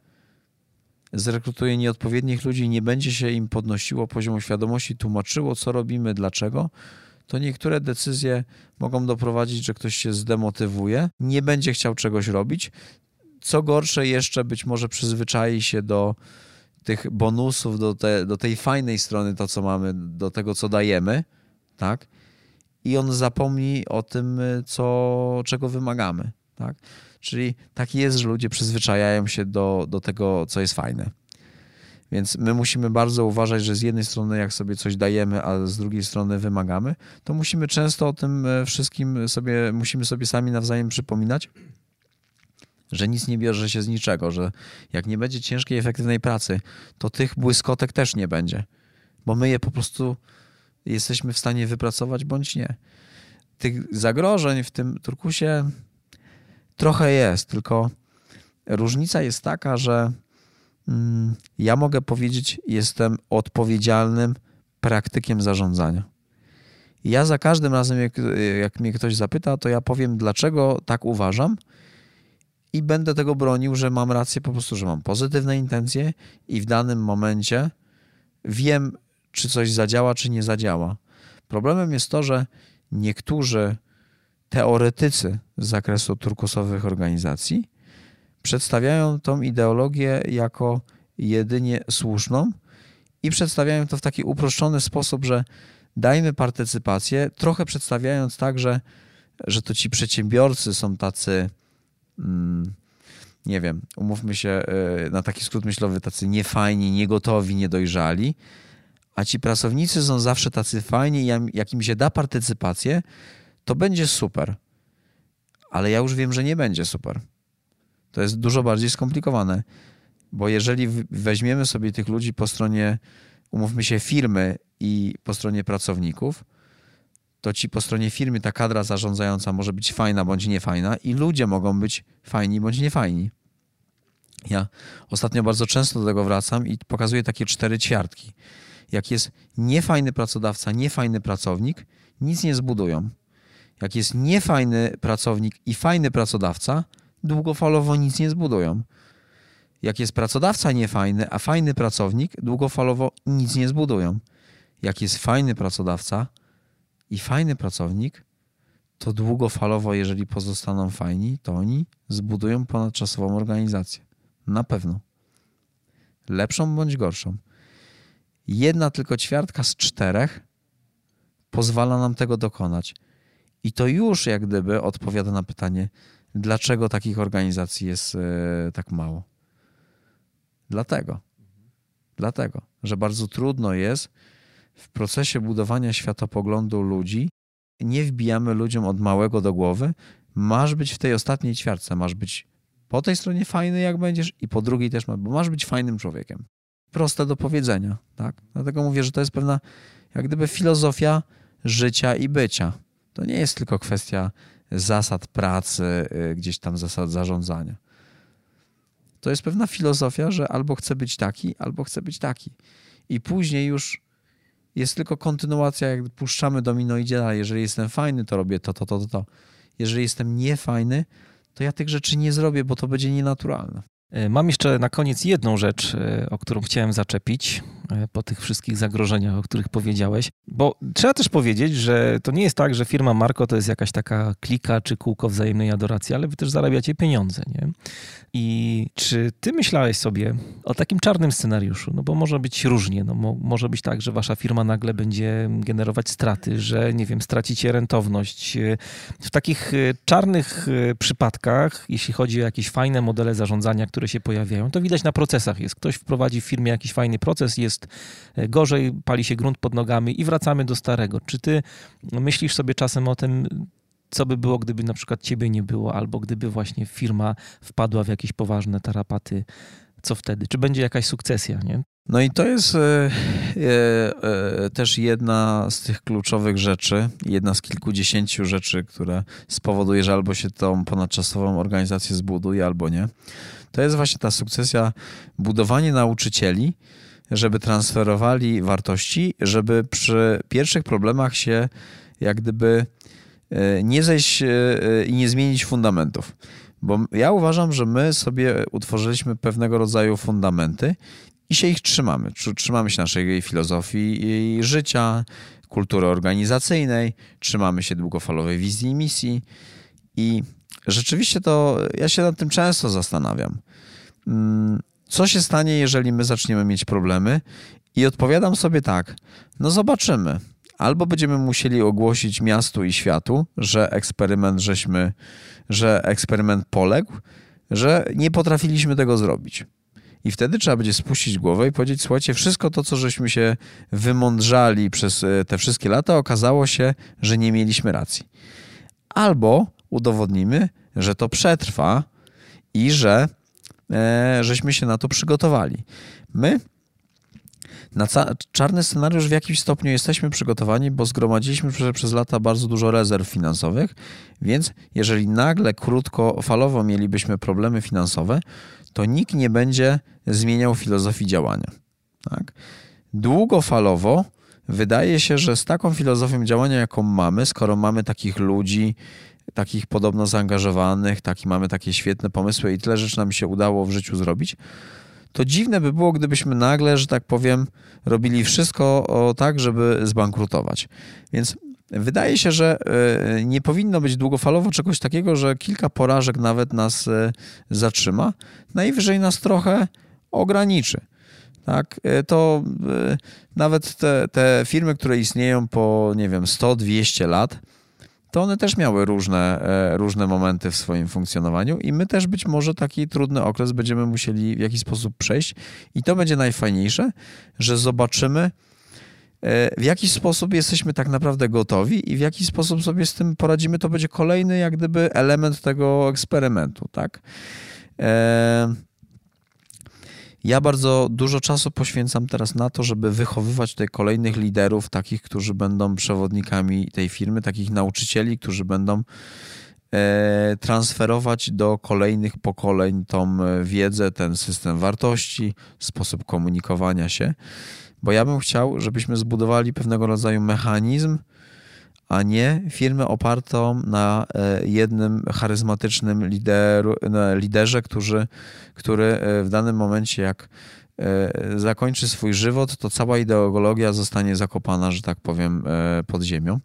zrekrutuje nieodpowiednich ludzi i nie będzie się im podnosiło poziomu świadomości, tłumaczyło, co robimy, dlaczego, to niektóre decyzje mogą doprowadzić, że ktoś się zdemotywuje, nie będzie chciał czegoś robić. Co gorsze, jeszcze być może przyzwyczai się do tych bonusów, do, te, do tej fajnej strony, to co mamy, do tego co dajemy, tak? I on zapomni o tym, co, czego wymagamy, tak? Czyli tak jest, że ludzie przyzwyczajają się do, do tego, co jest fajne. Więc my musimy bardzo uważać, że z jednej strony jak sobie coś dajemy, a z drugiej strony wymagamy, to musimy często o tym wszystkim sobie, musimy sobie sami nawzajem przypominać, że nic nie bierze się z niczego, że jak nie będzie ciężkiej, efektywnej pracy, to tych błyskotek też nie będzie, bo my je po prostu jesteśmy w stanie wypracować bądź nie. Tych zagrożeń w tym turkusie trochę jest, tylko różnica jest taka, że mm, ja mogę powiedzieć, jestem odpowiedzialnym praktykiem zarządzania. Ja za każdym razem, jak, jak mnie ktoś zapyta, to ja powiem, dlaczego tak uważam i będę tego bronił, że mam rację, po prostu, że mam pozytywne intencje i w danym momencie wiem, czy coś zadziała, czy nie zadziała. Problemem jest to, że niektórzy teoretycy z zakresu turkusowych organizacji przedstawiają tą ideologię jako jedynie słuszną i przedstawiają to w taki uproszczony sposób, że dajmy partycypację, trochę przedstawiając tak, że, że to ci przedsiębiorcy są tacy, mm, nie wiem, umówmy się na taki skrót myślowy, tacy niefajni, niegotowi, niedojrzali, a ci pracownicy są zawsze tacy fajni i jak im się da partycypację, to będzie super. Ale ja już wiem, że nie będzie super. To jest dużo bardziej skomplikowane, bo jeżeli weźmiemy sobie tych ludzi po stronie, umówmy się, firmy i po stronie pracowników, to ci po stronie firmy ta kadra zarządzająca może być fajna bądź niefajna i ludzie mogą być fajni bądź niefajni. Ja ostatnio bardzo często do tego wracam i pokazuję takie cztery ćwiartki. Jak jest niefajny pracodawca, niefajny pracownik, nic nie zbudują. Jak jest niefajny pracownik i fajny pracodawca, długofalowo nic nie zbudują. Jak jest pracodawca niefajny, a fajny pracownik, długofalowo nic nie zbudują. Jak jest fajny pracodawca i fajny pracownik, to długofalowo, jeżeli pozostaną fajni, to oni zbudują ponadczasową organizację. Na pewno. Lepszą bądź gorszą. Jedna tylko ćwiartka z czterech pozwala nam tego dokonać. I to już jak gdyby odpowiada na pytanie, dlaczego takich organizacji jest yy, tak mało. Dlatego. Dlatego, że bardzo trudno jest w procesie budowania światopoglądu ludzi, nie wbijamy ludziom od małego do głowy, masz być w tej ostatniej ćwiartce, masz być po tej stronie fajny jak będziesz i po drugiej też, bo masz być fajnym człowiekiem. Proste do powiedzenia, tak? Dlatego mówię, że to jest pewna jak gdyby filozofia życia i bycia. To nie jest tylko kwestia zasad pracy, gdzieś tam zasad zarządzania. To jest pewna filozofia, że albo chcę być taki, albo chcę być taki. I później już jest tylko kontynuacja, jak puszczamy domino, idzie dalej. Jeżeli jestem fajny, to robię to, to, to, to, to. Jeżeli jestem niefajny, to ja tych rzeczy nie zrobię, bo to będzie nienaturalne. Mam jeszcze na koniec jedną rzecz, o którą chciałem zaczepić po tych wszystkich zagrożeniach, o których powiedziałeś, bo trzeba też powiedzieć, że to nie jest tak, że firma Marco to jest jakaś taka klika czy kółko wzajemnej adoracji, ale wy też zarabiacie pieniądze, nie? I czy ty myślałeś sobie o takim czarnym scenariuszu? No bo może być różnie, no mo- może być tak, że wasza firma nagle będzie generować straty, że nie wiem, stracicie rentowność. W takich czarnych przypadkach, jeśli chodzi o jakieś fajne modele zarządzania, które się pojawiają, to widać na procesach jest. Ktoś wprowadzi w firmie jakiś fajny proces, jest gorzej, pali się grunt pod nogami i wracamy do starego. Czy ty myślisz sobie czasem o tym, co by było, gdyby na przykład ciebie nie było, albo gdyby właśnie firma wpadła w jakieś poważne tarapaty, co wtedy? Czy będzie jakaś sukcesja, nie? No i to jest e, e, też jedna z tych kluczowych rzeczy, jedna z kilkudziesięciu rzeczy, które spowoduje, że albo się tą ponadczasową organizację zbuduje, albo nie. To jest właśnie ta sukcesja, budowanie nauczycieli, żeby transferowali wartości, żeby przy pierwszych problemach się jak gdyby nie zejść i nie zmienić fundamentów. Bo ja uważam, że my sobie utworzyliśmy pewnego rodzaju fundamenty i się ich trzymamy. Trzymamy się naszej filozofii życia, kultury organizacyjnej, trzymamy się długofalowej wizji i misji i rzeczywiście to ja się nad tym często zastanawiam. Co się stanie, jeżeli my zaczniemy mieć problemy? I odpowiadam sobie tak, no zobaczymy. Albo będziemy musieli ogłosić miastu i światu, że eksperyment żeśmy, że eksperyment poległ, że nie potrafiliśmy tego zrobić. I wtedy trzeba będzie spuścić głowę i powiedzieć, słuchajcie, wszystko to, co żeśmy się wymądrzali przez te wszystkie lata, okazało się, że nie mieliśmy racji. Albo udowodnimy, że to przetrwa i że e, żeśmy się na to przygotowali. My na ca- czarny scenariusz w jakimś stopniu jesteśmy przygotowani, bo zgromadziliśmy przez, przez lata bardzo dużo rezerw finansowych, więc jeżeli nagle krótkofalowo mielibyśmy problemy finansowe, to nikt nie będzie zmieniał filozofii działania. Tak? Długofalowo wydaje się, że z taką filozofią działania, jaką mamy, skoro mamy takich ludzi, takich podobno zaangażowanych, taki, mamy takie świetne pomysły i tyle rzeczy nam się udało w życiu zrobić, to dziwne by było, gdybyśmy nagle, że tak powiem, robili wszystko tak, żeby zbankrutować. Więc wydaje się, że nie powinno być długofalowo czegoś takiego, że kilka porażek nawet nas zatrzyma. Najwyżej nas trochę ograniczy. Tak? To nawet te, te firmy, które istnieją po, nie wiem, sto dwieście lat, to one też miały różne, różne momenty w swoim funkcjonowaniu i my też być może taki trudny okres będziemy musieli w jakiś sposób przejść i to będzie najfajniejsze, że zobaczymy, w jaki sposób jesteśmy tak naprawdę gotowi i w jaki sposób sobie z tym poradzimy. To będzie kolejny jak gdyby element tego eksperymentu, tak? Ja bardzo dużo czasu poświęcam teraz na to, żeby wychowywać tutaj kolejnych liderów, takich, którzy będą przewodnikami tej firmy, takich nauczycieli, którzy będą transferować do kolejnych pokoleń tą wiedzę, ten system wartości, sposób komunikowania się, bo ja bym chciał, żebyśmy zbudowali pewnego rodzaju mechanizm, a nie firmę opartą na jednym charyzmatycznym lideru, liderze, który, który w danym momencie, jak zakończy swój żywot, to cała ideologia zostanie zakopana, że tak powiem, pod ziemią.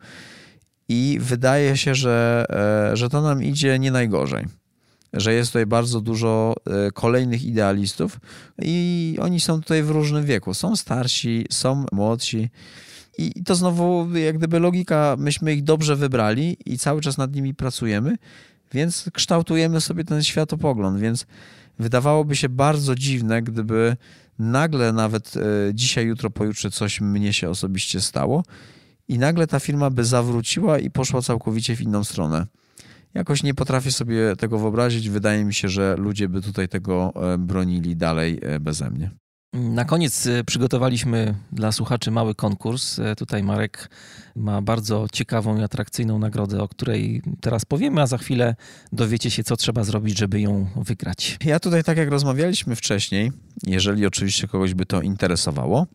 I wydaje się, że, że to nam idzie nie najgorzej. Że jest tutaj bardzo dużo kolejnych idealistów i oni są tutaj w różnym wieku. Są starsi, są młodsi. I to znowu jak gdyby logika, myśmy ich dobrze wybrali i cały czas nad nimi pracujemy, więc kształtujemy sobie ten światopogląd, więc wydawałoby się bardzo dziwne, gdyby nagle nawet dzisiaj, jutro, pojutrze coś mnie się osobiście stało i nagle ta firma by zawróciła i poszła całkowicie w inną stronę. Jakoś nie potrafię sobie tego wyobrazić, wydaje mi się, że ludzie by tutaj tego bronili dalej beze mnie. Na koniec przygotowaliśmy dla słuchaczy mały konkurs. Tutaj Marek ma bardzo ciekawą i atrakcyjną nagrodę, o której teraz powiemy, a za chwilę dowiecie się, co trzeba zrobić, żeby ją wygrać. Ja tutaj, tak jak rozmawialiśmy wcześniej, jeżeli oczywiście kogoś by to interesowało,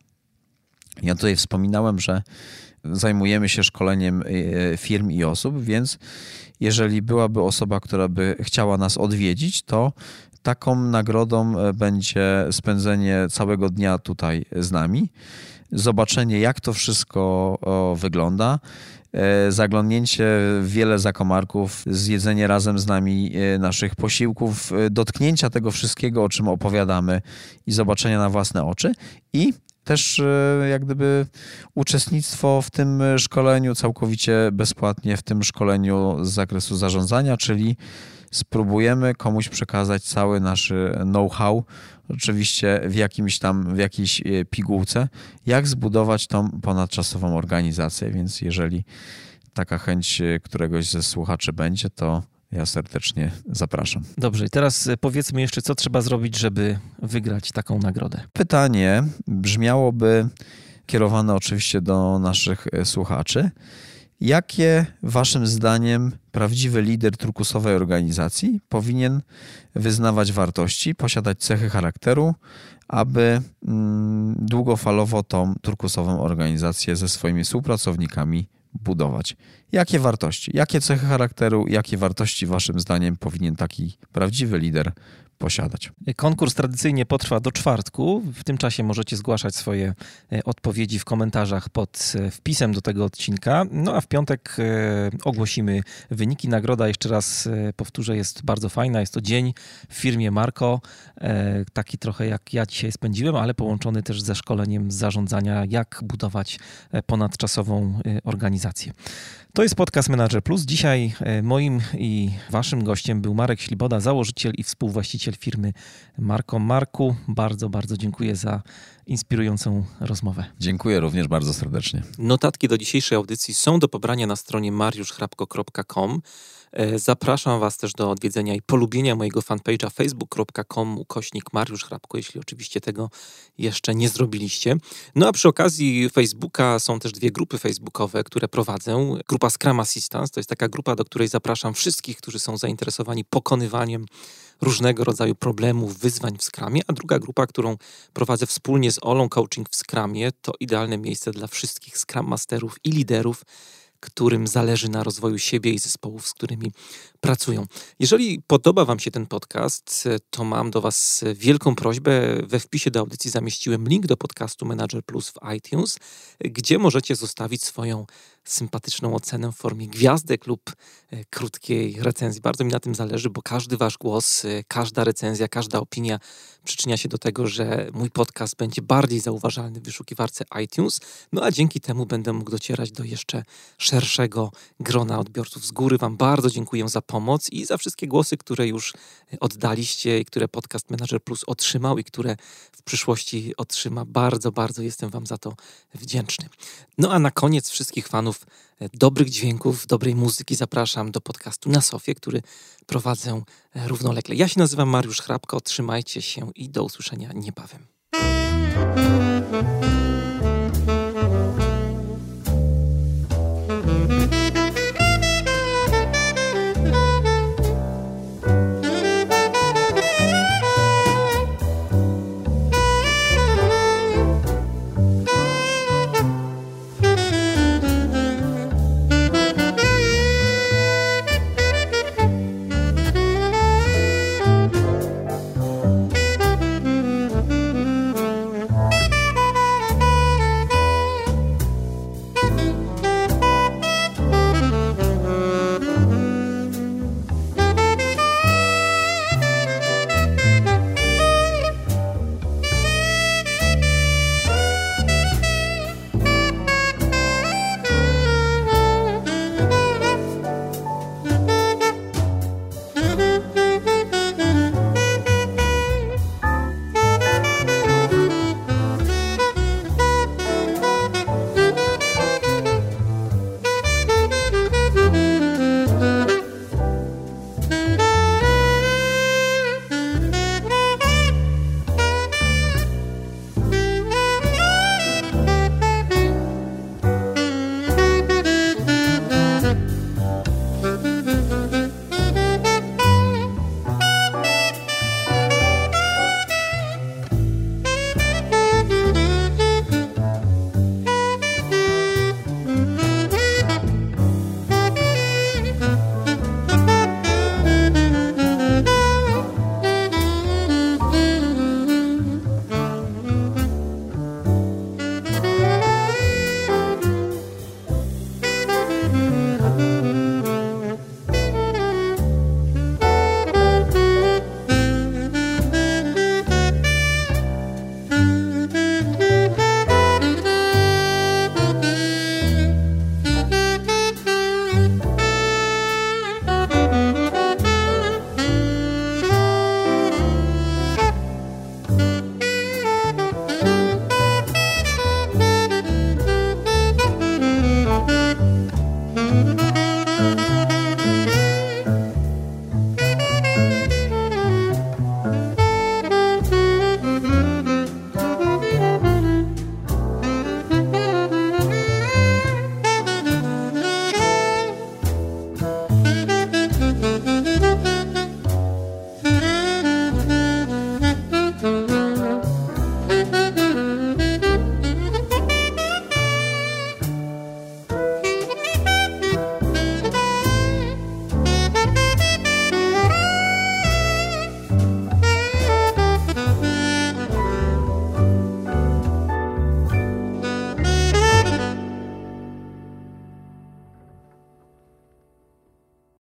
ja tutaj wspominałem, że zajmujemy się szkoleniem firm i osób, więc jeżeli byłaby osoba, która by chciała nas odwiedzić, to taką nagrodą będzie spędzenie całego dnia tutaj z nami, zobaczenie, jak to wszystko wygląda, zaglądnięcie w wiele zakamarków, zjedzenie razem z nami naszych posiłków, dotknięcia tego wszystkiego, o czym opowiadamy i zobaczenia na własne oczy i też jak gdyby uczestnictwo w tym szkoleniu całkowicie bezpłatnie, w tym szkoleniu z zakresu zarządzania, czyli spróbujemy komuś przekazać cały nasz know-how, oczywiście w jakimś tam, w jakiejś pigułce, jak zbudować tą ponadczasową organizację, więc jeżeli taka chęć któregoś ze słuchaczy będzie, to ja serdecznie zapraszam. Dobrze, teraz powiedzmy jeszcze, co trzeba zrobić, żeby wygrać taką nagrodę. Pytanie brzmiałoby, kierowane oczywiście do naszych słuchaczy. Jakie waszym zdaniem prawdziwy lider turkusowej organizacji powinien wyznawać wartości, posiadać cechy charakteru, aby długofalowo tą turkusową organizację ze swoimi współpracownikami budować? Jakie wartości, jakie cechy charakteru, jakie wartości waszym zdaniem powinien taki prawdziwy lider posiadać? Konkurs tradycyjnie potrwa do czwartku. W tym czasie możecie zgłaszać swoje odpowiedzi w komentarzach pod wpisem do tego odcinka. No a w piątek ogłosimy wyniki. Nagroda, jeszcze raz powtórzę, jest bardzo fajna. Jest to dzień w firmie Marco. Taki trochę jak ja dzisiaj spędziłem, ale połączony też ze szkoleniem z zarządzania, jak budować ponadczasową organizację. To jest podcast Manager Plus. Dzisiaj moim i waszym gościem był Marek Śliboda, założyciel i współwłaściciel firmy Marco. Marku, bardzo, bardzo dziękuję za inspirującą rozmowę. Dziękuję również bardzo serdecznie. Notatki do dzisiejszej audycji są do pobrania na stronie mariusz chrapko kropka com. Zapraszam was też do odwiedzenia i polubienia mojego fanpage'a facebook kropka com ukośnik Mariusz Chrapko, jeśli oczywiście tego jeszcze nie zrobiliście. No a przy okazji Facebooka są też dwie grupy facebookowe, które prowadzę. Grupa Scrum Assistance to jest taka grupa, do której zapraszam wszystkich, którzy są zainteresowani pokonywaniem różnego rodzaju problemów, wyzwań w Scrumie, a druga grupa, którą prowadzę wspólnie z Olą, Coaching w Scrumie, to idealne miejsce dla wszystkich Scrum Masterów i liderów, którym zależy na rozwoju siebie i zespołów, z którymi pracują. Jeżeli podoba wam się ten podcast, to mam do was wielką prośbę. We wpisie do audycji zamieściłem link do podcastu Manager Plus w iTunes, gdzie możecie zostawić swoją sympatyczną ocenę w formie gwiazdek lub krótkiej recenzji. Bardzo mi na tym zależy, bo każdy wasz głos, każda recenzja, każda opinia przyczynia się do tego, że mój podcast będzie bardziej zauważalny w wyszukiwarce iTunes, no a dzięki temu będę mógł docierać do jeszcze szerszego grona odbiorców. Z góry wam bardzo dziękuję za pomoc i za wszystkie głosy, które już oddaliście i które podcast Manager Plus otrzymał i które w przyszłości otrzyma. Bardzo, bardzo jestem wam za to wdzięczny. No a na koniec wszystkich fanów dobrych dźwięków, dobrej muzyki zapraszam do podcastu Na Sofie, który prowadzę równolegle. Ja się nazywam Mariusz Chrapko, trzymajcie się i do usłyszenia niebawem.